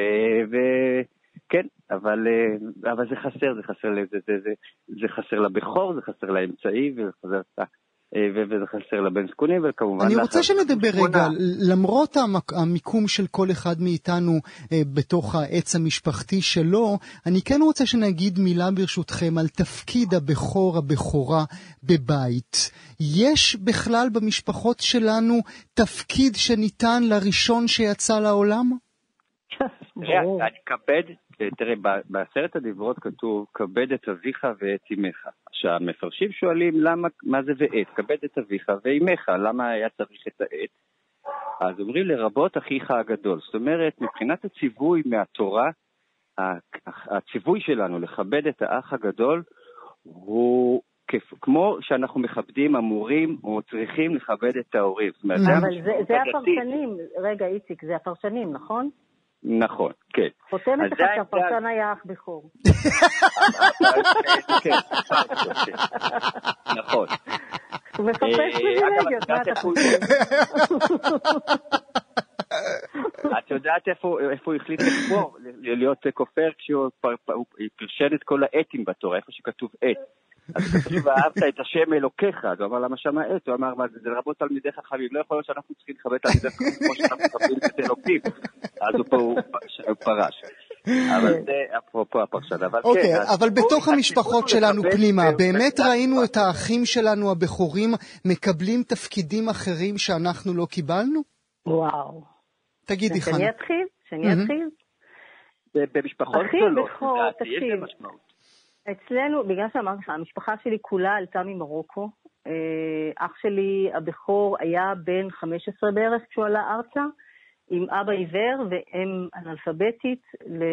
[SPEAKER 6] וכן, אבל, אבל זה חסר, זה חסר, זה, זה, זה, זה חסר לבכור, זה חסר לאמצעי, וזה חסר, וזה חסר לבן זקונים, וכמובן...
[SPEAKER 3] אני רוצה שנדבר רגע, למרות המיקום של כל אחד מאיתנו בתוך העץ המשפחתי שלו, אני כן רוצה שנגיד מילה ברשותכם על תפקיד הבכור, הבכורה בבית. יש בכלל במשפחות שלנו תפקיד שניתן לראשון שיצא לעולם?
[SPEAKER 6] אני כבד, תראה, בעשרת הדיברות כתוב, כבד את אביך ואת אמך. עכשיו, המפרשים שואלים למה, מה זה ואת? כבד את אביך ואמך, למה היה צריך את העת? אז אומרים לרבות אחיך הגדול. זאת אומרת, מבחינת הציווי מהתורה, הציווי שלנו לכבד את האח הגדול, הוא כמו שאנחנו מכבדים, אמורים או צריכים לכבד את ההורים.
[SPEAKER 5] אבל זה הפרשנים, רגע איציק, זה הפרשנים, נכון?
[SPEAKER 6] נכון, כן.
[SPEAKER 5] חותמת לך שהפרשן היה אח בכור.
[SPEAKER 6] כן, נכון.
[SPEAKER 5] הוא מחפש פריבילגיות, מה אתה חושב?
[SPEAKER 6] את יודעת איפה הוא החליט לכפור, להיות כופר כשהוא פרשן את כל האתים בתורה, איפה שכתוב עת. אז כתוב, אהבת את השם אלוקיך, אז הוא אמר למה שם עת, הוא אמר, זה לרבות תלמידי חכמים, לא יכול להיות שאנחנו צריכים לכבד תלמידי חכמים כמו שאנחנו מכבדים את אלוקים. אז הוא פרש. אבל זה אפרופו הפרשן.
[SPEAKER 3] אוקיי, אבל בתוך המשפחות שלנו פנימה, באמת ראינו את האחים שלנו הבכורים מקבלים תפקידים אחרים שאנחנו לא קיבלנו?
[SPEAKER 5] וואו.
[SPEAKER 3] תגידי חנה.
[SPEAKER 5] שאני אתחיל? שאני אתחיל?
[SPEAKER 6] במשפחות גדולות, יש לזה משמעות.
[SPEAKER 5] אצלנו, בגלל שאמרתי לך, המשפחה שלי כולה עלתה ממרוקו. אח שלי הבכור היה בן חמש עשרה בערך כשהוא עלה ארצה, עם אבא עיוור ואם אנאלפביתית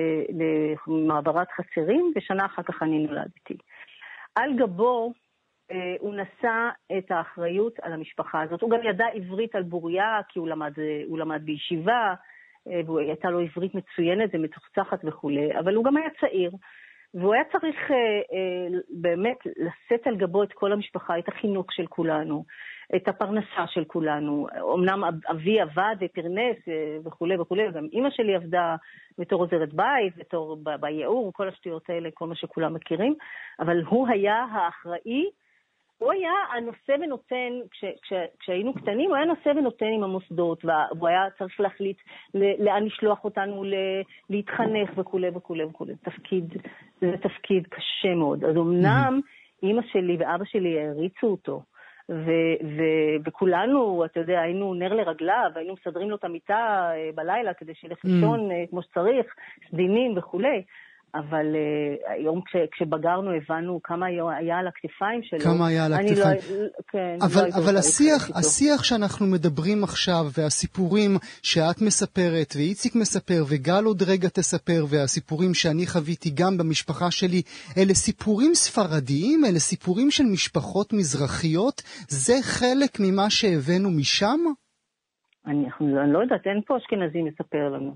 [SPEAKER 5] למעברת חצרים, ושנה אחר כך אני נולדתי. על גבו הוא נשא את האחריות על המשפחה הזאת. הוא גם ידע עברית על בוריה, כי הוא למד, הוא למד בישיבה, והייתה לו עברית מצוינת ומתוחצחת וכו', אבל הוא גם היה צעיר. והוא היה צריך אה, אה, באמת לשאת על גבו את כל המשפחה, את החינוך של כולנו, את הפרנסה של כולנו. אמנם אבי עבד ופרנס אה, וכו' וכו', גם אמא שלי עבדה בתור עוזרת בית, בתור ב- בייעור, כל השטויות האלה, כל מה שכולם מכירים, אבל הוא היה האחראי, הוא היה הנושא ונותן, כש, כש, כשהיינו קטנים, הוא היה נושא ונותן עם המוסדות, והוא היה צריך להחליט לאן לשלוח אותנו להתחנך וכו' וכו' וכו'. תפקיד, זה תפקיד קשה מאוד. אז אמנם אמא שלי ואבא שלי הריצו אותו, ו- ו- וכולנו, אתה יודע, היינו נר לרגליו, היינו מסדרים לו את המיטה בלילה כדי שילך לישון כמו שצריך, סדינים וכו'. אבל uh, היום כש, כשבגרנו הבנו כמה היה על הכתפיים שלו.
[SPEAKER 3] כמה היה על הכתפיים.
[SPEAKER 5] לא, כן,
[SPEAKER 3] אבל,
[SPEAKER 5] לא
[SPEAKER 3] אבל השיח, השיח שאנחנו מדברים עכשיו, והסיפורים שאת מספרת, ואיציק מספר, וגל עוד רגע תספר, והסיפורים שאני חוויתי גם במשפחה שלי, אלה סיפורים ספרדיים, אלה סיפורים של משפחות מזרחיות, זה חלק ממה שהבאנו משם?
[SPEAKER 5] אני, אני לא יודעת, אין פה אשכנזים לספר לנו.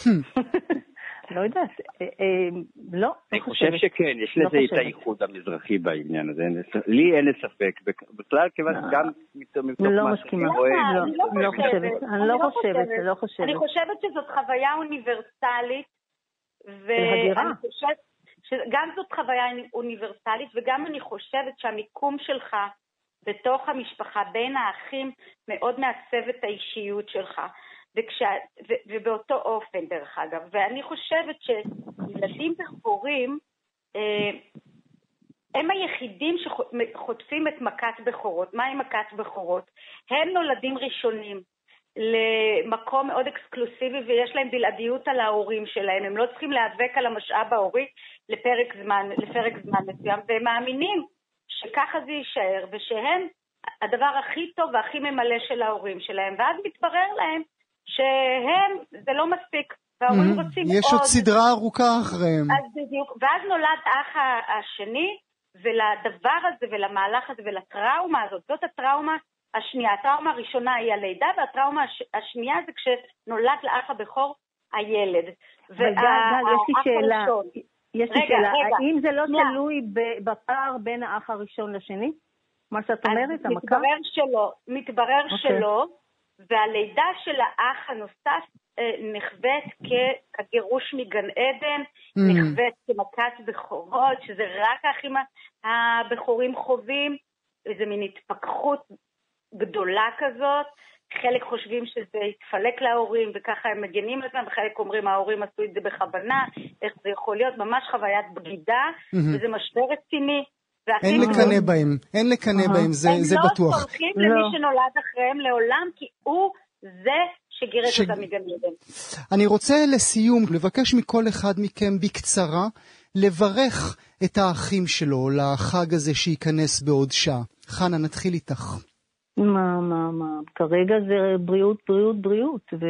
[SPEAKER 5] לא יודעת, לא.
[SPEAKER 6] אני חושב שכן, יש לזה את הייחוד המזרחי בעניין הזה, לי אין ספק, בכלל כיוון גם מתוך
[SPEAKER 5] מה שאני רואה. אני לא חושבת, אני לא חושבת, אני לא חושבת.
[SPEAKER 7] אני חושבת שזאת חוויה אוניברסלית, ואני חושבת שגם זאת חוויה אוניברסלית, וגם אני חושבת שהמיקום שלך בתוך המשפחה, בין האחים, מאוד מעצב את האישיות שלך. וכשה, ו, ובאותו אופן דרך אגב, ואני חושבת שילדים בכורים אה, הם היחידים שחוטפים את מכת בכורות. מה היא מכת בכורות? הם נולדים ראשונים למקום מאוד אקסקלוסיבי ויש להם בלעדיות על ההורים שלהם, הם לא צריכים להיאבק על המשאב ההורי לפרק זמן, לפרק זמן מסוים, והם מאמינים שככה זה יישאר ושהם הדבר הכי טוב והכי ממלא של ההורים שלהם, ואז מתברר להם שהם, זה לא מספיק, וההורים mm-hmm. רוצים
[SPEAKER 3] יש
[SPEAKER 5] עוד.
[SPEAKER 3] יש עוד סדרה ארוכה אחריהם.
[SPEAKER 7] אז בדיוק, ואז נולד אח השני, ולדבר הזה, ולמהלך הזה, ולטראומה הזאת, זאת הטראומה השנייה. הטראומה הראשונה היא הלידה, והטראומה הש... השנייה זה כשנולד לאח הבכור הילד.
[SPEAKER 5] וגל, גל, יש לי שאלה. יש לי שאלה. האם זה לא שנייה. תלוי בפער בין האח הראשון לשני? מה שאת אומרת, המכה?
[SPEAKER 7] מתברר שלא, מתברר okay. שלא. והלידה של האח הנוסף אה, נחוות כגירוש מגן עדן, mm. נחוות כמכת בכורות, שזה רק האחים הבכורים חווים, איזו מין התפכחות גדולה כזאת, חלק חושבים שזה יתפלק להורים, וככה הם מגנים לזה, וחלק אומרים ההורים עשו את זה בכוונה, איך זה יכול להיות, ממש חוויית בגידה, mm-hmm. וזה משבר רציני.
[SPEAKER 3] אין לקנה בהם, אין לקנה בהם, זה בטוח.
[SPEAKER 7] הם לא סומכים למי שנולד אחריהם לעולם, כי הוא זה שגירש אותם מגן עדן.
[SPEAKER 3] אני רוצה לסיום לבקש מכל אחד מכם בקצרה, לברך את האחים שלו לחג הזה שייכנס בעוד שעה. חנה, נתחיל איתך.
[SPEAKER 5] מה, מה, מה? כרגע זה בריאות, בריאות, בריאות, ו...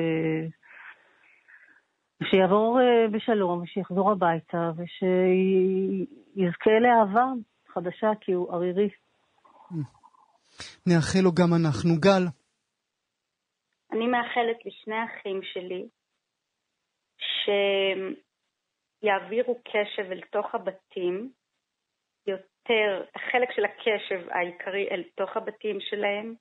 [SPEAKER 5] ושיעבור בשלום, ושיחזור הביתה, ושיזכה לאהבה חדשה, כי הוא ערירי.
[SPEAKER 3] נאחל לו גם אנחנו. גל.
[SPEAKER 7] אני מאחלת לשני האחים שלי, שיעבירו קשב אל תוך הבתים, יותר, החלק של הקשב העיקרי אל תוך הבתים שלהם,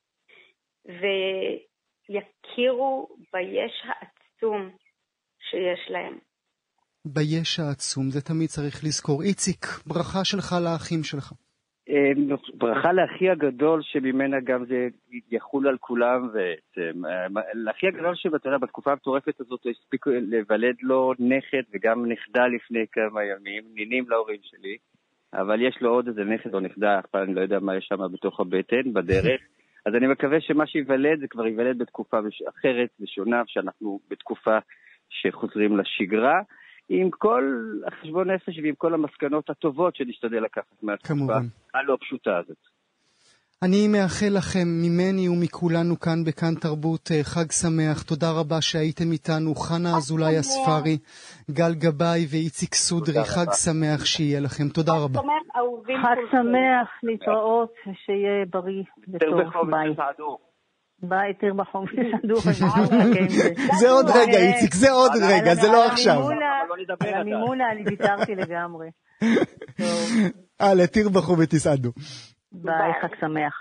[SPEAKER 7] ויכירו ביש העצום שיש להם.
[SPEAKER 3] ביש העצום, זה תמיד צריך לזכור. איציק, ברכה שלך לאחים שלך.
[SPEAKER 6] ברכה לאחי הגדול, שממנה גם זה יחול על כולם, ולאחי הגדול שבתראה, בתקופה המטורפת הזאת, הספיק לבלד לו נכד וגם נכדה לפני כמה ימים, נינים להורים שלי, אבל יש לו עוד איזה נכד או נכדה, אף פעם אני לא יודע מה יש שם בתוך הבטן, בדרך, אז אני מקווה שמה שיוולד זה כבר יוולד בתקופה אחרת ושונה, שאנחנו בתקופה שחוזרים לשגרה, עם כל החשבון נפש ועם כל המסקנות הטובות שנשתדל לקחת מהתקופה הלא פשוטה הזאת.
[SPEAKER 3] אני מאחל לכם ממני ומכולנו כאן בכאן תרבות חג שמח. תודה רבה שהייתם איתנו. חנה אזולאי הספרי, גל גבאי ואיציק סודרי. חג שמח שיהיה לכם. תודה רבה.
[SPEAKER 5] חג שמח, להתראות, ושיהיה בריא וטוב. ביי. ביי, תיר בחום ותסעדו.
[SPEAKER 3] זה עוד רגע, איציק, זה עוד רגע, זה לא עכשיו.
[SPEAKER 5] על המימונה אני ויתרתי לגמרי.
[SPEAKER 3] הלאה, תיר בחום ותסעדו.
[SPEAKER 5] ביי, חג שמח.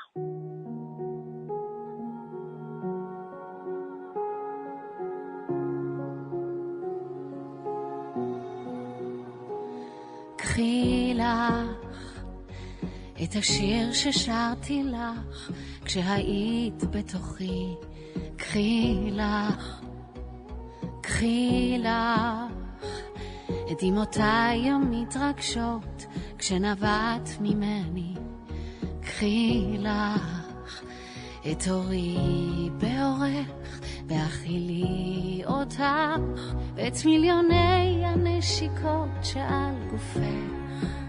[SPEAKER 9] קחי לך את השיר ששרתי לך כשהיית בתוכי, קחי לך, קחי לך את דמעותיי המתרגשות כשנבעת ממני, קחי לך את אורי באורך והאכילי אותך ואת מיליוני הנשיקות שעל גופך,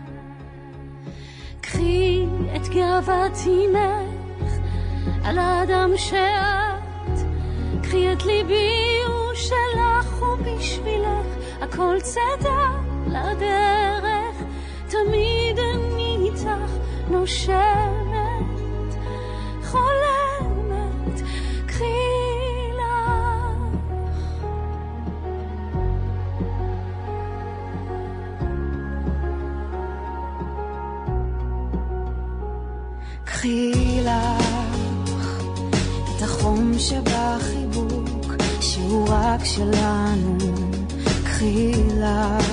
[SPEAKER 9] קחי את גאוות אימך על האדם שאת, קחי את ליבי הוא שלך ובשבילך הכל צדה לדרך, תמיד אני איתך נושמת חולמת, קחי לך. קחי לך את החום שבחיבוק שהוא רק שלנו, קחי לך,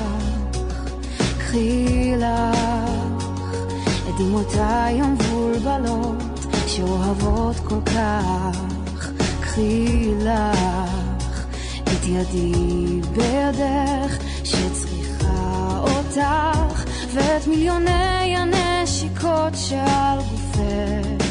[SPEAKER 9] קחי לך את דמעותיי המבולבלות שאוהבות כל כך, קחי לך את ידי בידך שצריכה אותך ואת מיליוני הנשיקות שעל גופך,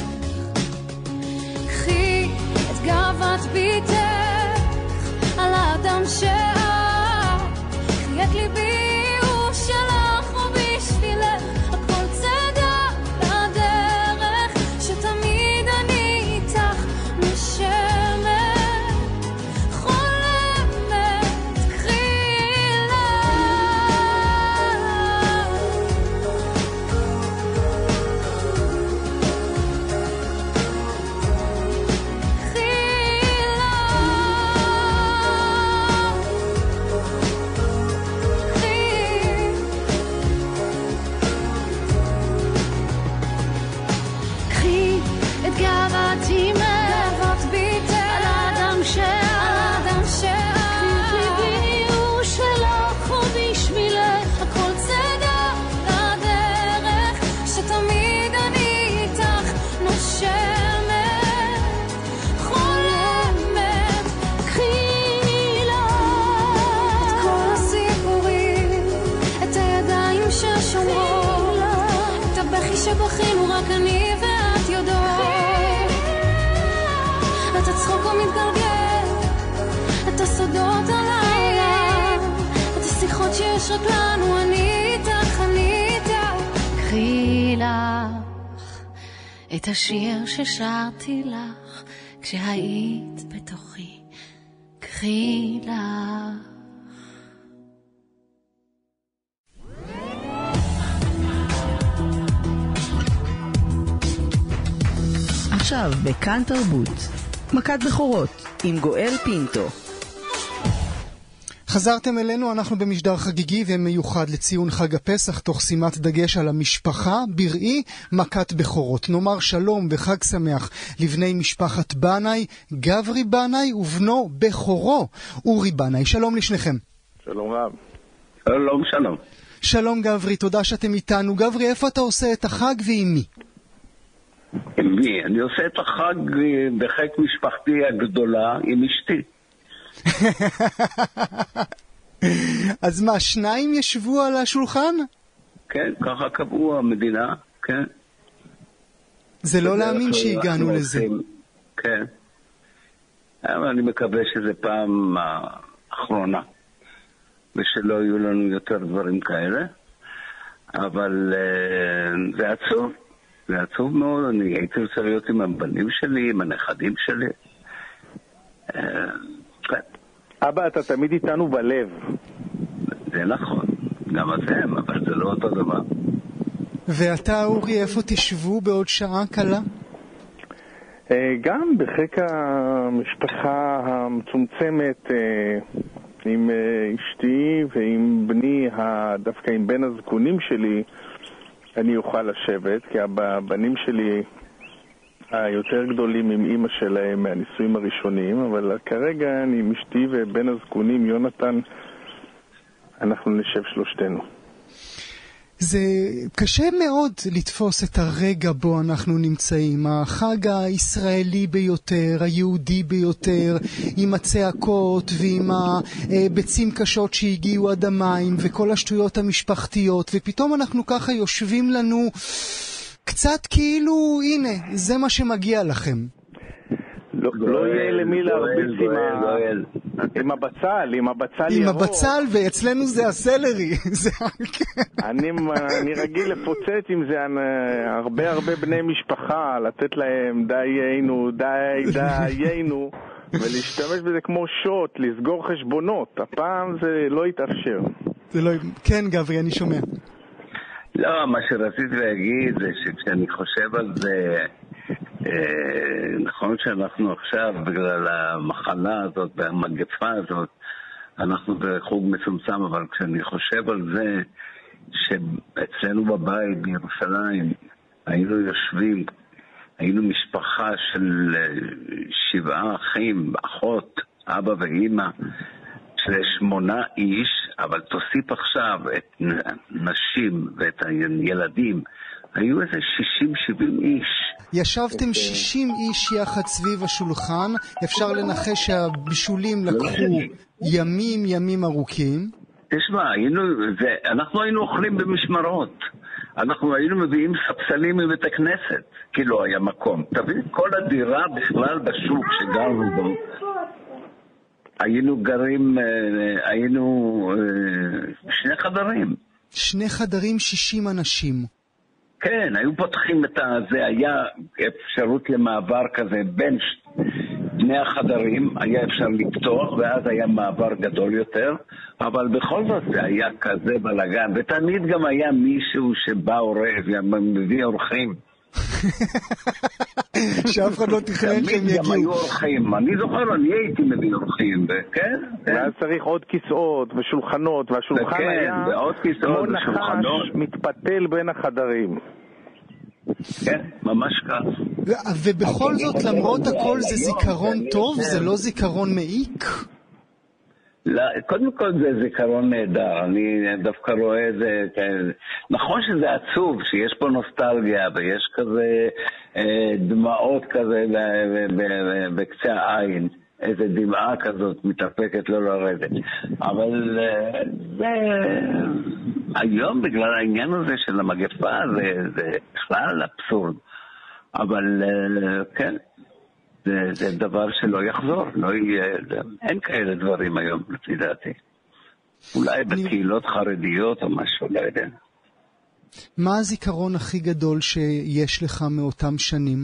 [SPEAKER 9] קחי את גאוות ביתך על האדם שאת, קחי את ליבי הוא שלך ובשבילך הכל צדה לדרך, שתמיד אני איתך נשמת חולמת, קחי לך. שבחינו רק אני ואת יודעות, את הצחוק המתגלגל, את הסודות הלילה, את השיחות שיש רק לנו, אני איתך, אני איתך. קחי לך את את השיר ששרתי לך כשהיית בתוכי, קחי לך.
[SPEAKER 2] עכשיו בכאן תרבות, מכת בכורות עם גואל פינטו.
[SPEAKER 3] חזרתם אלינו, אנחנו במשדר חגיגי ומיוחד לציון חג הפסח, תוך שימת דגש על המשפחה, בראי מכת בכורות. נאמר שלום וחג שמח לבני משפחת בנאי, גברי בנאי ובנו בכורו, אורי בנאי. שלום לשניכם.
[SPEAKER 10] שלום רב.
[SPEAKER 6] שלום, שלום.
[SPEAKER 3] שלום גברי, תודה שאתם איתנו. גברי, איפה אתה עושה את החג ועם מי?
[SPEAKER 6] עם מי? אני עושה את החג בחיק משפחתי הגדולה עם אשתי.
[SPEAKER 3] אז מה, שניים ישבו על השולחן?
[SPEAKER 6] כן, ככה קבעו המדינה, כן.
[SPEAKER 3] זה לא להאמין שהגענו לזה.
[SPEAKER 6] כן. אבל אני מקווה שזה פעם האחרונה, ושלא יהיו לנו יותר דברים כאלה. אבל זה עצוב, זה עצוב מאוד. אני הייתי רוצה להיות עם הבנים שלי, עם הנכדים שלי. כן.
[SPEAKER 10] אבא, אתה תמיד איתנו בלב.
[SPEAKER 6] זה נכון, גם אתם, אבל זה לא אותו דבר.
[SPEAKER 3] ואתה, אורי, איפה תשבו בעוד שעה קלה?
[SPEAKER 10] גם בחיק המשפחה המצומצמת, עם אשתי ועם בני, דווקא עם בן הזקונים שלי, אני אוכל לשבת, כי הבנים שלי היותר גדולים עם אמא שלהם מהנישואים הראשונים, אבל כרגע אני עם אשתי ובן הזקונים יונתן, אנחנו נשב שלושתנו.
[SPEAKER 3] זה קשה מאוד לתפוס את הרגע בו אנחנו נמצאים, החג הישראלי ביותר, היהודי ביותר, עם הצעקות ועם הביצים קשות שהגיעו עד המים וכל השטויות המשפחתיות, ופתאום אנחנו ככה יושבים לנו קצת כאילו, הנה, זה מה שמגיע לכם.
[SPEAKER 10] לא, לא יהיה למי להרביץ עם הבצל, עם הבצל ירוק.
[SPEAKER 3] עם הבצל, ואצלנו זה הסלרי.
[SPEAKER 10] אני רגיל לפוצץ עם זה הרבה הרבה בני משפחה, לתת להם דיינו, די דיינו, ולהשתמש בזה כמו שוט, לסגור חשבונות. הפעם זה לא יתאפשר.
[SPEAKER 3] כן, גברי, אני שומע.
[SPEAKER 6] לא, מה שרציתי להגיד זה שכשאני חושב על זה, אה, נכון שאנחנו עכשיו בגלל המחלה הזאת והמגפה הזאת אנחנו בחוג מצומצם, אבל כשאני חושב על זה שאצלנו בבית בירושלים היינו יושבים, היינו משפחה של שבעה אחים, אחות, אבא ואמא, של שמונה איש, אבל תוסיף עכשיו את נשים ואת הילדים, היו איזה שישים שבעים איש.
[SPEAKER 3] ישבתם שישים איש יחד סביב השולחן, אפשר לנחש שהבישולים לקחו ימים ימים ארוכים.
[SPEAKER 6] תשמע, היינו, זה, אנחנו היינו אוכלים במשמרות, אנחנו היינו מביאים ספסלים מבית הכנסת, כי לא היה מקום. תבין, כל הדירה בכלל בשוק שגרנו בו, היינו גרים, היינו שני חדרים.
[SPEAKER 3] שני חדרים, שישים אנשים.
[SPEAKER 6] כן, היו פותחים את זה, היה אפשרות למעבר כזה בין שני החדרים, היה אפשר לפתוח, ואז היה מעבר גדול יותר, אבל בכל זאת זה היה כזה בלגן, ותמיד גם היה מישהו שבא עורב, מביא אורחים.
[SPEAKER 3] שאף אחד לא תכנן שהם יגיעו.
[SPEAKER 6] תמיד גם היו אורחים, אני זוכר, אני הייתי מביא אורחים, כן?
[SPEAKER 10] ואז צריך עוד כיסאות ושולחנות, והשולחן היה כמו נחש מתפתל בין החדרים.
[SPEAKER 6] כן, ממש כך.
[SPEAKER 3] ובכל זאת, למרות הכל, זה זיכרון טוב? זה לא זיכרון מעיק?
[SPEAKER 6] קודם כל זה זיכרון נהדר, אני דווקא רואה את זה, נכון שזה עצוב, שיש פה נוסטלגיה ויש כזה דמעות כזה בקצה העין, איזה דמעה כזאת מתאפקת לא לרדת, אבל זה היום בגלל העניין הזה של המגפה זה בכלל אבסורד, אבל כן, זה, זה דבר שלא יחזור, לא יהיה, אין כאלה דברים היום, לפי דעתי. אולי בקהילות חרדיות או משהו, לא יודע.
[SPEAKER 3] מה הזיכרון הכי גדול שיש לך מאותם שנים?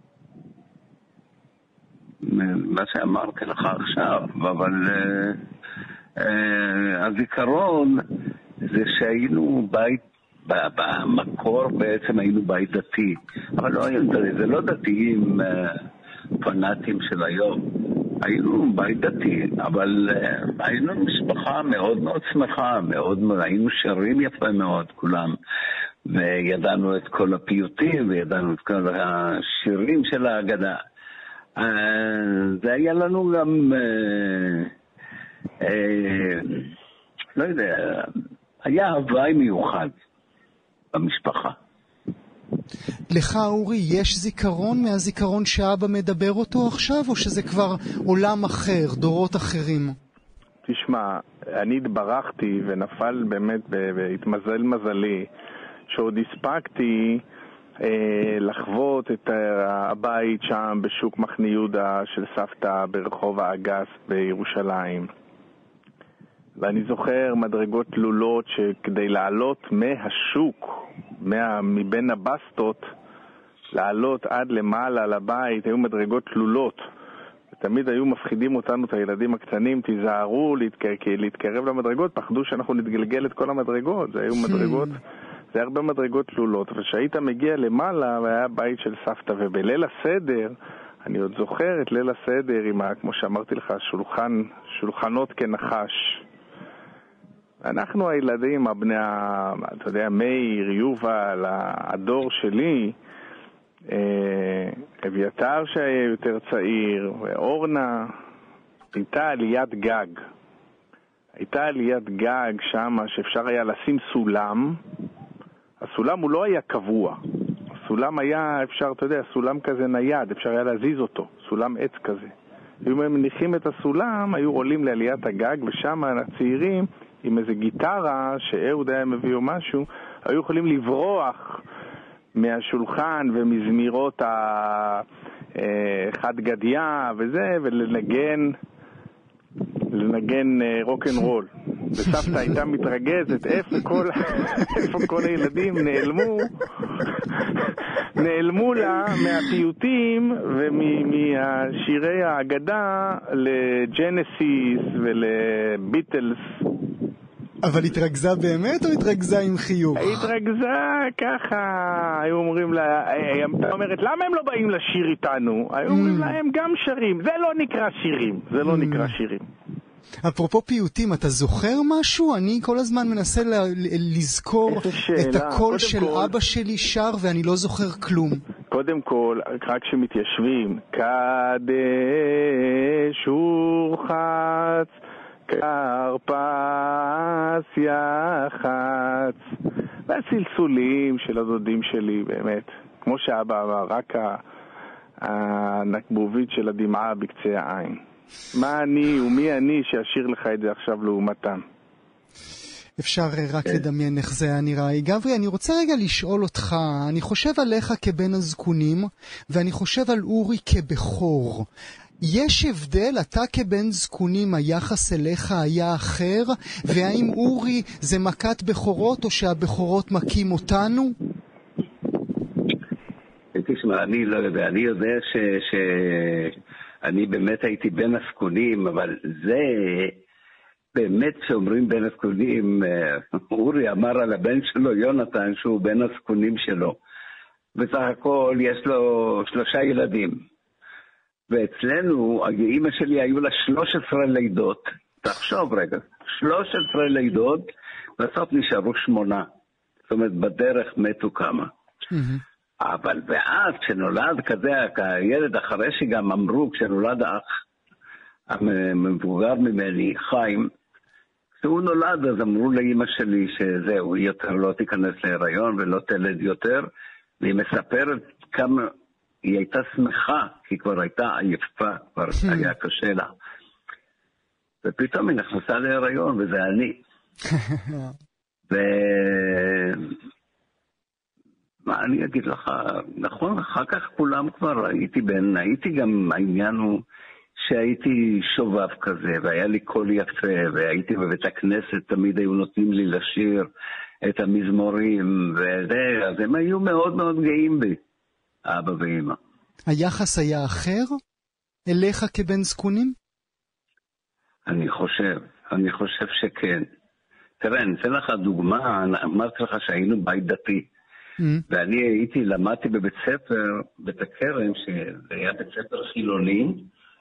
[SPEAKER 11] מה שאמרתי לך עכשיו, אבל uh, uh, הזיכרון זה שהיינו בית, במקור בעצם היינו בית דתי, אבל לא היינו, זה לא דתיים uh, פנאטים של היום, היינו בית דתי, אבל uh, היינו משפחה מאוד מאוד שמחה, מאוד, היינו שרים יפה מאוד כולם, וידענו את כל הפיוטים וידענו את כל השירים של ההגדה. Uh, זה היה לנו גם, uh, uh, לא יודע, היה הוואי מיוחד במשפחה.
[SPEAKER 3] לך, אורי, יש זיכרון מהזיכרון שאבא מדבר אותו עכשיו, או שזה כבר עולם אחר, דורות אחרים?
[SPEAKER 10] תשמע, אני התברכתי ונפל באמת, והתמזל מזלי, שעוד הספקתי לחוות את הבית שם בשוק מחנה יהודה של סבתא ברחוב האגס בירושלים. ואני זוכר מדרגות תלולות שכדי לעלות מהשוק, מה, מבין הבסטות, לעלות עד למעלה לבית, היו מדרגות תלולות. ותמיד היו מפחידים אותנו, את הילדים הקטנים, תיזהרו להתקרב, להתקרב למדרגות, פחדו שאנחנו נתגלגל את כל המדרגות. זה היו מדרגות... זה הרבה מדרגות תלולות, ושהיית מגיע למעלה והיה בית של סבתא, ובליל הסדר, אני עוד זוכר את ליל הסדר עם, כמו שאמרתי לך, שולחן, שולחנות כנחש. אנחנו הילדים, הבני, אתה יודע, מאיר, יובל, הדור שלי, אביתר שהיה יותר צעיר, ואורנה, הייתה עליית גג. הייתה עליית גג שם שאפשר היה לשים סולם, הסולם הוא לא היה קבוע, הסולם היה, אפשר, אתה יודע, סולם כזה נייד, אפשר היה להזיז אותו, סולם עץ כזה. אם הם מניחים את הסולם, היו עולים לעליית הגג, ושם הצעירים, עם איזה גיטרה, שאהוד היה מביא או משהו, היו יכולים לברוח מהשולחן ומזמירות החד גדיה וזה, ולנגן, לנגן רוק'נ'רול. וסבתא הייתה מתרגזת, איפה כל, איפה כל הילדים נעלמו, נעלמו לה מהפיוטים ומהשירי האגדה לג'נסיס ולביטלס.
[SPEAKER 3] אבל התרגזה באמת או התרגזה עם חיוך?
[SPEAKER 10] התרגזה ככה, היו אומרים לה, היא אומרת, למה הם לא באים לשיר איתנו? היו אומרים לה, הם גם שרים, זה לא נקרא שירים, זה לא נקרא שירים.
[SPEAKER 3] אפרופו פיוטים, אתה זוכר משהו? אני כל הזמן מנסה לזכור את הקול של אבא שלי שר ואני לא זוכר כלום.
[SPEAKER 10] קודם כל, רק שמתיישבים, קדש ורחץ, כרפס יחץ, והסלסולים של הדודים שלי, באמת. כמו שאבא אמר, רק הנקבובית של הדמעה בקצה העין. מה אני ומי אני שאשיר לך את זה עכשיו לעומתם?
[SPEAKER 3] אפשר רק לדמיין איך זה היה נראה. גברי, אני רוצה רגע לשאול אותך, אני חושב עליך כבן הזקונים, ואני חושב על אורי כבחור. יש הבדל, אתה כבן זקונים, היחס אליך היה אחר, והאם אורי זה מכת בחורות או שהבחורות מכים אותנו?
[SPEAKER 11] תשמע, אני לא יודע, אני יודע ש... ש... אני באמת הייתי בין הזקונים, אבל זה באמת שאומרים בין הזקונים, אורי אמר על הבן שלו, יונתן, שהוא בין הזקונים שלו. בסך הכל יש לו שלושה ילדים. ואצלנו, האמא שלי היו לה שלוש עשרה לידות. תחשוב רגע, שלוש עשרה לידות, בסוף נשארו שמונה. זאת אומרת, בדרך מתו כמה. אבל ואז כשנולד כזה הילד, אחרי שגם אמרו, כשנולד האח המבוגר ממני, חיים, כשהוא נולד אז אמרו לאמא שלי שזהו, היא יותר לא תיכנס להיריון ולא תלד יותר, והיא מספרת כמה היא הייתה שמחה, כי כבר הייתה עייפה, כבר היה קשה לה. ופתאום היא נכנסה להיריון, וזה אני. ו... מה אני אגיד לך, נכון, אחר כך כולם כבר הייתי בן, הייתי גם, העניין הוא שהייתי שובב כזה, והיה לי קול יפה, והייתי בבית הכנסת, תמיד היו נותנים לי לשיר, את המזמורים וזה, אז הם היו מאוד מאוד גאים בי, אבא ואמא.
[SPEAKER 3] היחס היה אחר אליך כבן זקונים?
[SPEAKER 11] אני חושב, אני חושב שכן. תראה, אני אתן לך דוגמה, אמרתי לך שהיינו בית דתי, mm-hmm. ואני הייתי, למדתי בבית ספר, בית הכרם, שזה היה בית ספר חילוני,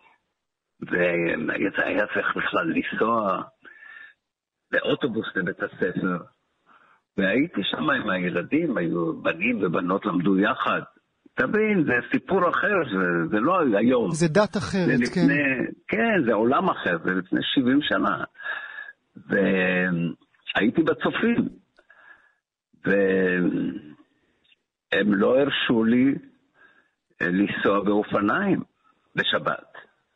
[SPEAKER 11] והיה צריך בכלל לנסוע באוטובוס לבית הספר, והייתי שם עם הילדים, היו בנים ובנות למדו יחד. תבין, זה סיפור אחר, זה, זה לא היום.
[SPEAKER 3] זה דת אחרת,
[SPEAKER 11] זה לפני,
[SPEAKER 3] כן.
[SPEAKER 11] כן, זה עולם אחר, זה לפני שבעים שנה. והייתי בצופים, והם לא הרשו לי לנסוע באופניים בשבת.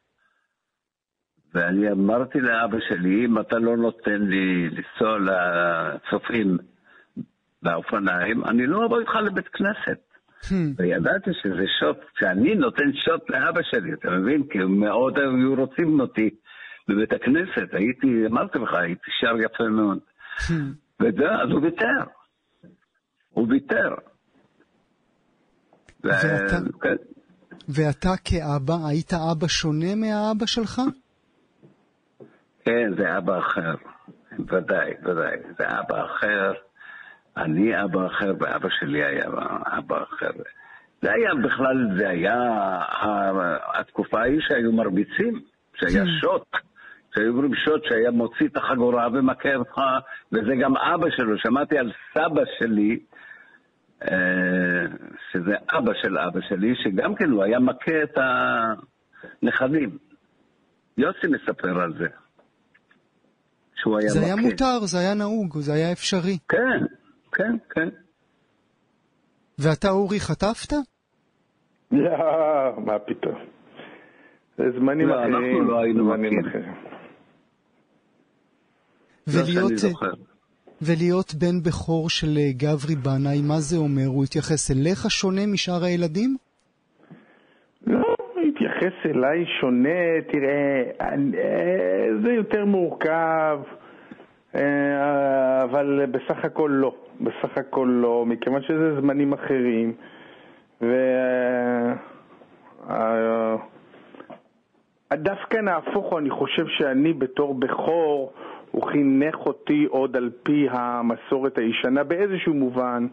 [SPEAKER 11] ואני אמרתי לאבא שלי, אם אתה לא נותן לי לנסוע לצופים באופניים, אני לא אבוא איתך לבית כנסת. וידעתי שזה שוט, שאני נותן שוט לאבא שלי, אתה מבין? כי מאוד היו רוצים אותי בבית הכנסת, הייתי, אמרתי לך, הייתי שר יפה מאוד. וזה, אז הוא ויתר. הוא ויתר.
[SPEAKER 3] ואתה, ואתה כאבא, היית אבא שונה מהאבא שלך?
[SPEAKER 11] כן, זה אבא אחר. ודאי, ודאי. זה אבא אחר. אני אבא אחר, ואבא שלי היה אבא אחר. זה היה בכלל, זה היה התקופה ההיא שהיו מרביצים, שהיה שוט, שהיו אומרים שוט, שהיה מוציא את החגורה ומכה אותך, וזה גם אבא שלו. שמעתי על סבא שלי, שזה אבא של אבא שלי, שגם כן הוא היה מכה את הנכדים. יוסי מספר על זה.
[SPEAKER 3] זה היה מותר, זה היה נהוג, זה היה אפשרי.
[SPEAKER 11] כן. כן, כן.
[SPEAKER 3] ואתה, אורי, חטפת?
[SPEAKER 10] לא, מה פתאום. זה זמנים
[SPEAKER 11] לא,
[SPEAKER 10] אחרים.
[SPEAKER 11] אנחנו לא היינו
[SPEAKER 10] זמנים אחרים.
[SPEAKER 3] ולהיות, ולהיות בן בכור של גברי בנאי, מה זה אומר? הוא התייחס אליך שונה משאר הילדים?
[SPEAKER 10] לא, הוא התייחס אליי שונה. תראה, זה יותר מורכב. אבל בסך הכל לא, בסך הכל לא, מכיוון שזה זמנים אחרים, ודווקא נהפוך, אני חושב שאני בתור בכור, הוא חינך אותי עוד על פי המסורת הישנה באיזשהו מובן,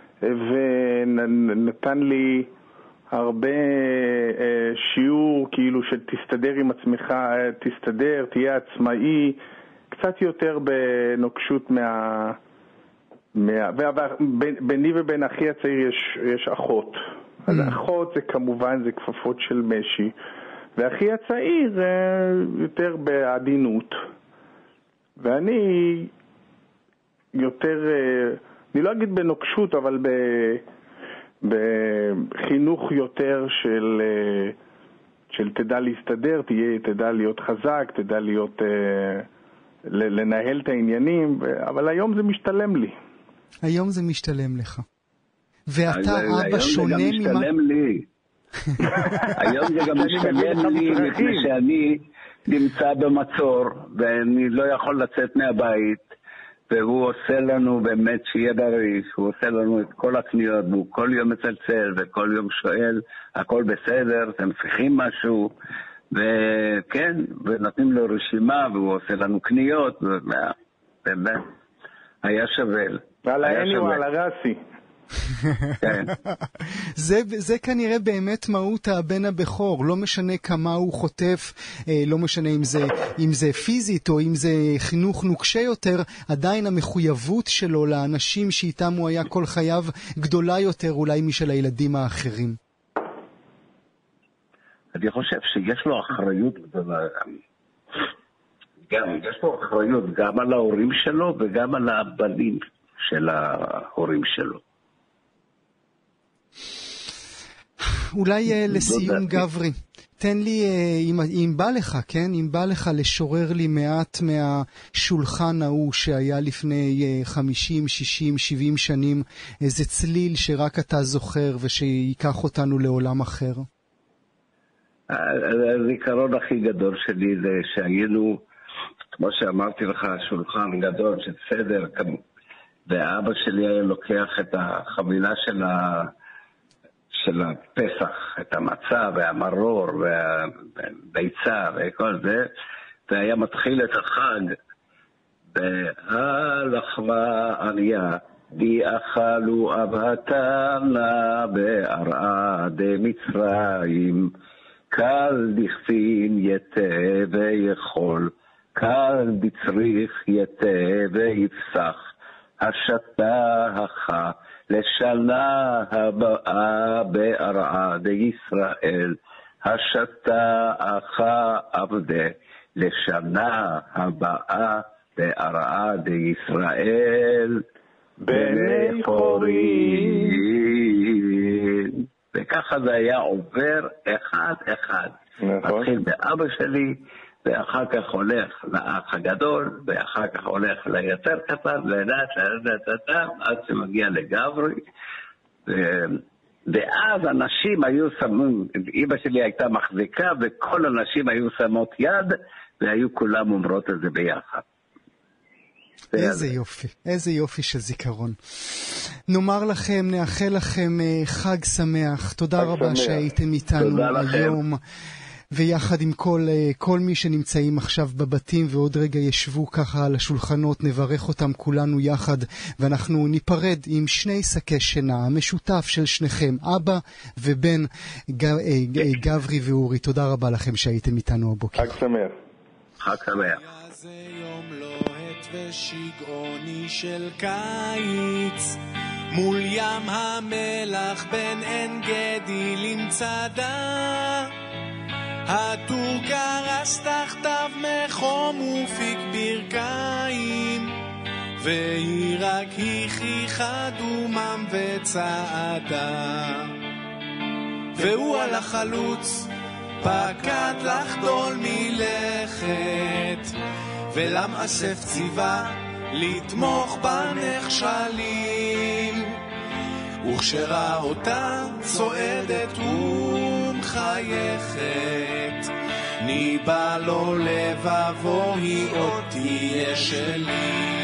[SPEAKER 10] ונתן לי הרבה שיעור כאילו שתסתדר עם עצמך, תסתדר, תהיה עצמאי, קצת יותר בנוקשות מה... מה... ביני ובין אחי הצעיר יש, יש אחות. Mm. אז אחות זה כמובן זה כפפות של משי, ואחי הצעיר זה יותר בעדינות. ואני יותר, אני לא אגיד בנוקשות, אבל ב... בחינוך יותר של, של תדע להסתדר, תהיה, תדע להיות חזק, תדע להיות... לנהל את העניינים, אבל היום זה משתלם לי.
[SPEAKER 3] היום זה משתלם לך. ואתה אבא שונה ממה...
[SPEAKER 11] היום זה גם משתלם לי. היום זה גם משתלם לי מפני שאני נמצא במצור, ואני לא יכול לצאת מהבית, והוא עושה לנו באמת שיהיה בריא, הוא עושה לנו את כל הקניות, והוא כל יום מצלצל, וכל יום שואל, הכל בסדר, אתם צריכים משהו, וכן, ונותנים לו רשימה, והוא עושה לנו קניות, ובאמת, היה שווה.
[SPEAKER 10] ועל העני ועל הרסי.
[SPEAKER 11] כן.
[SPEAKER 3] זה, זה כנראה באמת מהות הבן הבכור, לא משנה כמה הוא חוטף, לא משנה אם זה, אם זה פיזית או אם זה חינוך נוקשה יותר, עדיין המחויבות שלו לאנשים שאיתם הוא היה כל חייו גדולה יותר אולי משל הילדים האחרים.
[SPEAKER 11] אני חושב שיש לו אחריות גדולה. גם, יש לו אחריות גם על ההורים שלו וגם על הבנים של ההורים שלו.
[SPEAKER 3] אולי לסיום גברי, תן לי, אם, אם בא לך, כן? אם בא לך לשורר לי מעט מהשולחן ההוא שהיה לפני חמישים, שישים, שבעים שנים, איזה צליל שרק אתה זוכר ושיקח אותנו לעולם אחר.
[SPEAKER 11] הזיכרון הכי גדול שלי זה שהיינו, כמו שאמרתי לך, שולחן גדול של סדר, ואבא שלי היה לוקח את החבילה של, ה... של הפסח, את המצה והמרור והביצה וכל זה, והיה מתחיל את החג, והלחמה עליה, די אכלו אבהתנה בארעדי מצרים, קל דכפין יתה ויכול, קל דצריך יתה ויפסח, השתהך לשנה הבאה בארעדי ישראל, השתהך עבדי לשנה הבאה בארעדי ישראל, בני חורין. וככה זה היה עובר אחד אחד. נכון. מתחיל באבא שלי, ואחר כך הולך לאח הגדול, ואחר כך הולך ליותר קטן, לנת, לנת, לנת, עד שמגיע לגברי. ואז אנשים היו שמים, אמא שלי הייתה מחזיקה, וכל אנשים היו שמות יד, והיו כולם אומרות את זה ביחד.
[SPEAKER 3] איזה יופי, איזה יופי של זיכרון. נאמר לכם, נאחל לכם חג שמח. תודה רבה שהייתם איתנו היום. ויחד עם כל, כל מי שנמצאים עכשיו בבתים ועוד רגע ישבו ככה על השולחנות, נברך אותם כולנו יחד, ואנחנו ניפרד עם שני שקי שינה, המשותף של שניכם, אבא ובן, גברי ואורי. תודה רבה לכם שהייתם איתנו הבוקר.
[SPEAKER 10] חג שמח.
[SPEAKER 11] חג שמח.
[SPEAKER 12] זה יום לוהט ושגעוני של קיץ, מול ים המלח בין עין גדי למצדה, הטור קרס תחתיו מחום ופיק ברכיים, והיא רק הכיחה דומם וצעדה, והוא על החלוץ פקד לחדול מלכת, ולמאסף ציווה לתמוך בנחשלים, וכשראה אותה צועדת ומחייכת, ניבא לו לבבו, היא עוד תהיה שלי.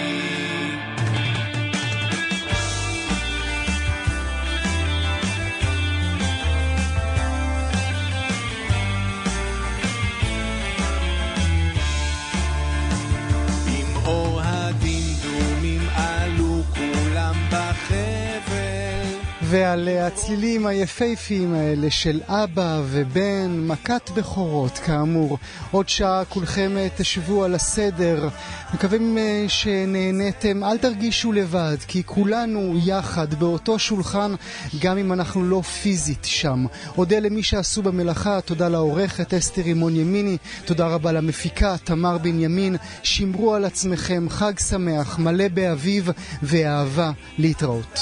[SPEAKER 12] אור הדמדומים עלו כולם בחבל,
[SPEAKER 3] ועל הצלילים היפהפיים האלה של אבא ובן, מכת בכורות כאמור. עוד שעה כולכם תשבו על הסדר, מקווים שנהנתם. אל תרגישו לבד, כי כולנו יחד באותו שולחן, גם אם אנחנו לא פיזית שם. אודה למי שעשו במלאכה, תודה לעורכת אסתר רימון ימיני, תודה רבה למפיקה תמר בנימין. שמרו על עצמכם, חג שמח מלא באביב ואהבה. להתראות.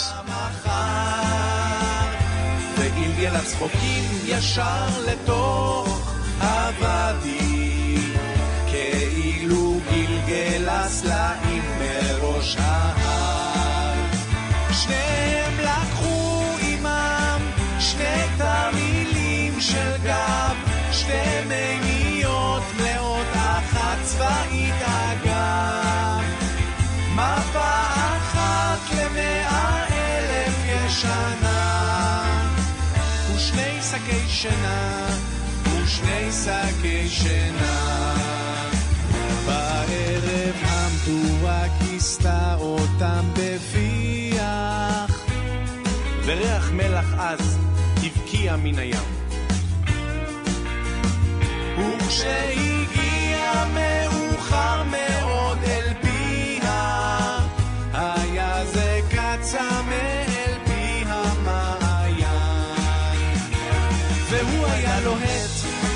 [SPEAKER 12] וגלגל הצחוקים ישר לתוך הוואדי, כאילו גלגל הסלעים מראש ההר. שניהם לקחו עמם שני תרמילים של גב, שתי מימיות מלאות, אחת צבאית אגב, מפה אחת למאה אלף ישנה, ושני שקי שינה, ושני שקי שינה. בערב המדורה כיסתה אותם בפיח, וריח מלח אז הבקיע מן הים. וכשהגיע מאוחר מאוד אל פיה, היה זה קצה מאל פי המעיין, והוא היה לוהט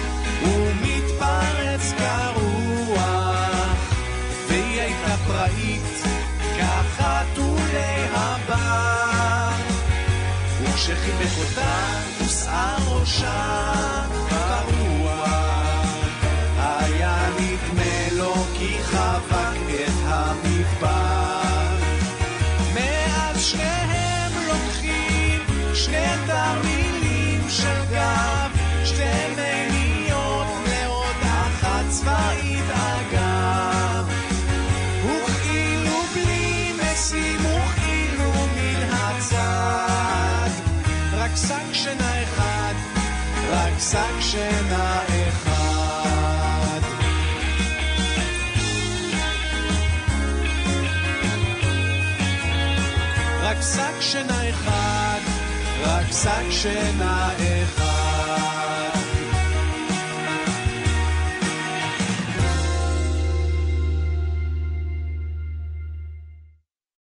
[SPEAKER 12] ומתפרץ כרוח, והיא הייתה פראית כחתולי הבר, וכשחיבק אותה הוסעה ראשה ברוח, היה נדמה לו כי חבק את המדבר. מאז שניהם לוקחים שני תרמילים של גב, שתי מיניות מלאות, אחת צבאית אגב, וכאילו בלי משים שק שינה אחד. רק שק שינה אחד, רק שק שינה אחד.